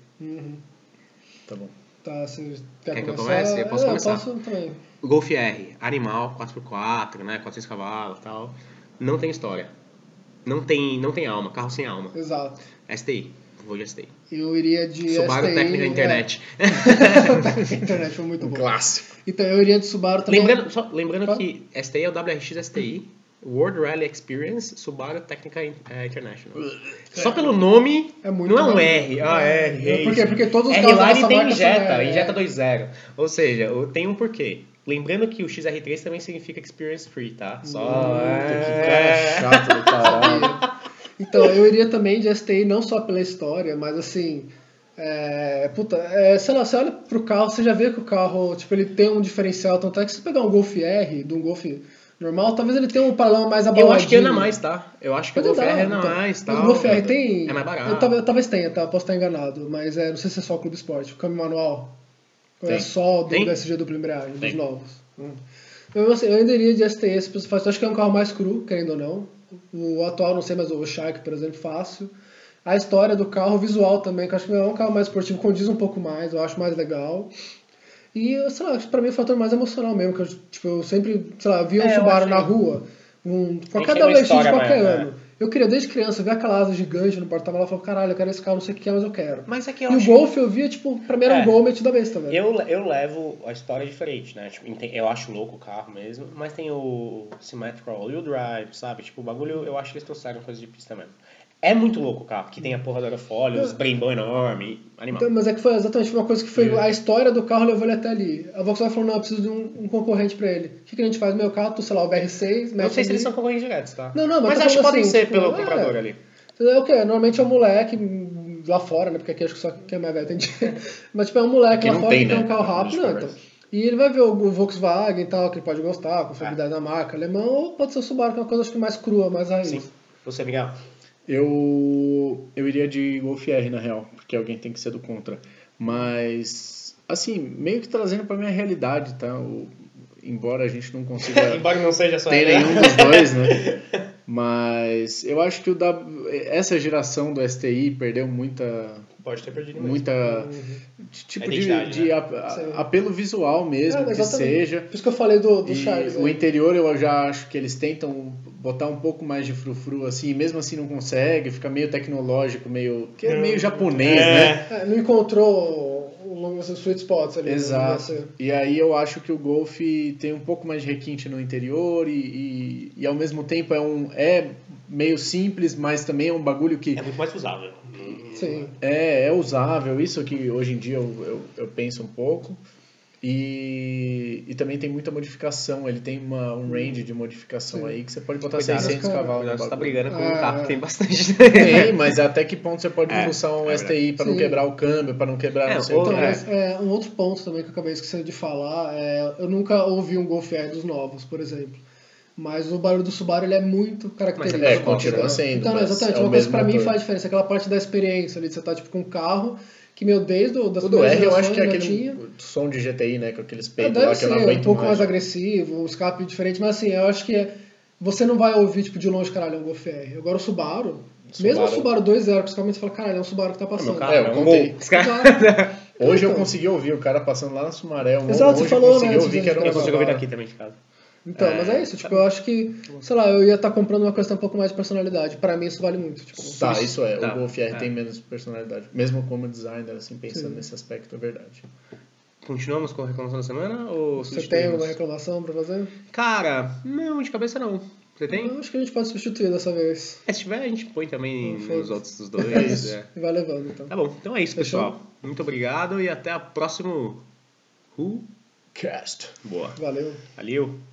Speaker 4: Tá bom.
Speaker 3: Tá, você
Speaker 2: quer que eu comece? Eu posso começar.
Speaker 3: Eu posso também.
Speaker 2: O Golf R, animal, 4x4, né, 400 cavalos e tal. Não tem história. Não tem alma, carro sem alma.
Speaker 3: Exato.
Speaker 2: STI, vou de STI.
Speaker 3: Eu iria de
Speaker 2: Subaru
Speaker 3: STI,
Speaker 2: técnica internet.
Speaker 3: Técnica internet foi muito bom.
Speaker 4: Clássico.
Speaker 3: Então eu iria de Subaru também.
Speaker 2: Lembrando que STI é o WRX STI, World Rally Experience, Subaru Technica International. Só pelo nome, não é um R. R.
Speaker 3: Por quê? Porque todos os
Speaker 2: R
Speaker 3: carros
Speaker 2: lá ele
Speaker 3: dessa
Speaker 2: tem
Speaker 3: marca
Speaker 2: injeta 2.0. Ou seja, tem um porquê. Lembrando que o XR3 também significa Experience Free, tá?
Speaker 4: Que cara chato do caralho.
Speaker 3: Então, eu iria também de STI não só pela história, mas assim... sei lá, você olha pro carro, você já vê que o carro, tipo, ele tem um diferencial, tanto é que se você pegar um Golf R, de um Golf normal, talvez ele tenha um paralama mais abaladinho.
Speaker 2: Eu acho que anda mais, tá? Eu acho que o Golf R anda mais, tá?
Speaker 3: Mas o Golf R tem...
Speaker 2: É mais barato.
Speaker 3: Talvez tenha, tá? Posso estar enganado, mas não sei se é só o Clube Esporte. O câmbio manual é só do SG dupla embreagem, dos novos. Eu ainda iria de STS, eu acho que é um carro mais cru, querendo ou não. O atual, não sei, mas o Shark, por exemplo, fácil. A história do carro, o visual também, que eu acho que é um carro mais esportivo, condiz um pouco mais, eu acho mais legal. E, sei lá, pra mim é o fator mais emocional mesmo, que eu sempre, sei lá, via um Subaru na rua, com cada WRX de qualquer ano. Eu queria desde criança ver aquela asa gigante no porta-malas e falar, caralho, eu quero esse carro, não sei o que é, mas eu quero.
Speaker 2: Mas é que eu
Speaker 3: E
Speaker 2: acho...
Speaker 3: o Golf eu via, tipo, pra mim era um Gol metido a besta, velho.
Speaker 2: Eu levo a história diferente, né? Tipo, eu acho louco o carro mesmo, mas tem o Symmetrical All-Wheel Drive, sabe? Tipo, o bagulho, eu acho que eles trouxeram coisa de pista mesmo. É muito louco o carro, que tem a porra do aerofólio, os brembão enorme, animal.
Speaker 3: Então, mas é que foi exatamente uma coisa que foi... A história do carro levou ele até ali. A Volkswagen falou, não, eu preciso de um concorrente pra ele. O que a gente faz? Meu carro, sei lá, o BR6...
Speaker 2: Não sei se eles são concorrentes diretos, tá?
Speaker 3: Não, mas
Speaker 2: acho que podem
Speaker 3: assim,
Speaker 2: ser
Speaker 3: tipo,
Speaker 2: pelo comprador ali.
Speaker 3: É o quê? Normalmente é um moleque lá fora, né? Porque aqui acho que só quem é mais velho tem dinheiro. Mas tipo, é um moleque
Speaker 4: Aqui
Speaker 3: lá
Speaker 4: não
Speaker 3: fora
Speaker 4: tem,
Speaker 3: que tem
Speaker 4: né?
Speaker 3: um carro rápido, né? Então. E ele vai ver o Volkswagen e tal, que ele pode gostar, com a fiabilidade da marca alemã, ou pode ser o Subaru, que é uma coisa acho que mais crua, mais raiz.
Speaker 2: Sim. Você, Miguel?
Speaker 4: Eu iria de Golf R, na real, porque alguém tem que ser do contra. Mas, assim, meio que trazendo pra minha realidade, tá? Embora a gente não consiga
Speaker 2: Embora não seja só
Speaker 4: ter nenhum dos dois, né? Mas eu acho que essa geração do STI perdeu
Speaker 2: Pode ter perdido mesmo.
Speaker 4: muita tipo
Speaker 2: Identidade,
Speaker 4: apelo visual mesmo, que seja.
Speaker 3: Por isso que eu falei do
Speaker 4: E
Speaker 3: Charles.
Speaker 4: o interior eu já acho que eles tentam botar um pouco mais de frufru, assim, e mesmo assim não consegue, fica meio tecnológico, meio japonês, né?
Speaker 3: Não encontrou os sweet spots ali.
Speaker 4: Exato. E aí eu acho que o Golf tem um pouco mais de requinte no interior e ao mesmo tempo é meio simples, mas também é um bagulho que...
Speaker 2: É muito mais usável.
Speaker 3: Sim.
Speaker 4: É usável, isso que hoje em dia eu penso um pouco. E também tem muita modificação, ele tem um range de modificação aí que você pode botar 600 cavalos no
Speaker 2: Você tá
Speaker 4: bagulho.
Speaker 2: brigando com um carro que tem bastante.
Speaker 4: Tem, mas até que ponto você pode usar um STI para não
Speaker 3: Sim.
Speaker 4: quebrar o câmbio, para não quebrar não sei o
Speaker 3: Então,
Speaker 4: que.
Speaker 3: mas, um outro ponto também que eu acabei esquecendo de falar, eu nunca ouvi um Golf R dos novos, por exemplo. Mas o barulho do Subaru ele é muito característico.
Speaker 4: Continua sendo.
Speaker 3: Então, exatamente, uma coisa que pra mim faz diferença, aquela parte da experiência ali, de você tá tipo com um carro que, desde das
Speaker 4: o do R eu acho
Speaker 3: gerações
Speaker 4: que é
Speaker 3: já
Speaker 4: aquele
Speaker 3: tinha.
Speaker 4: som de GTI, né, com aqueles peitos
Speaker 3: Deve
Speaker 4: lá que eu não
Speaker 3: ser
Speaker 4: aguento
Speaker 3: um pouco mais
Speaker 4: mais.
Speaker 3: agressivo, um escape diferente, mas assim, eu acho que você não vai ouvir tipo de longe, caralho, é um Golf R. Agora o Subaru, mesmo o Subaru 2.0, principalmente você fala, caralho, é um Subaru que tá passando.
Speaker 4: Eu contei. Hoje eu
Speaker 3: Então.
Speaker 4: consegui ouvir o cara passando lá na Sumaré.
Speaker 3: Exato,
Speaker 4: hoje
Speaker 3: você falou,
Speaker 4: eu consegui
Speaker 3: né,
Speaker 4: ouvir que era um
Speaker 2: Eu consigo ouvir
Speaker 4: Subaru.
Speaker 2: daqui também de casa.
Speaker 3: Então, mas é isso, tipo, eu acho que, sei lá, eu ia estar comprando uma coisa que tem um pouco mais de personalidade. Pra mim isso vale muito. Tipo,
Speaker 4: Tá, isso é.
Speaker 2: Tá.
Speaker 4: O Golf R tem menos personalidade. Mesmo como designer, assim, pensando nesse aspecto, é verdade.
Speaker 2: Continuamos com a reclamação da semana? Ou
Speaker 3: Você tem alguma reclamação pra fazer?
Speaker 2: Cara, não, de cabeça não. Você tem?
Speaker 3: Eu acho que a gente pode substituir dessa vez.
Speaker 2: Se tiver, a gente põe também nos outros dos
Speaker 3: É
Speaker 2: dois.
Speaker 3: isso. E vai levando, então.
Speaker 2: Tá bom, então é isso,
Speaker 3: Fechou?
Speaker 2: pessoal. Muito obrigado e até a próxima.
Speaker 4: Cast.
Speaker 2: Boa.
Speaker 3: Valeu.
Speaker 2: Valeu.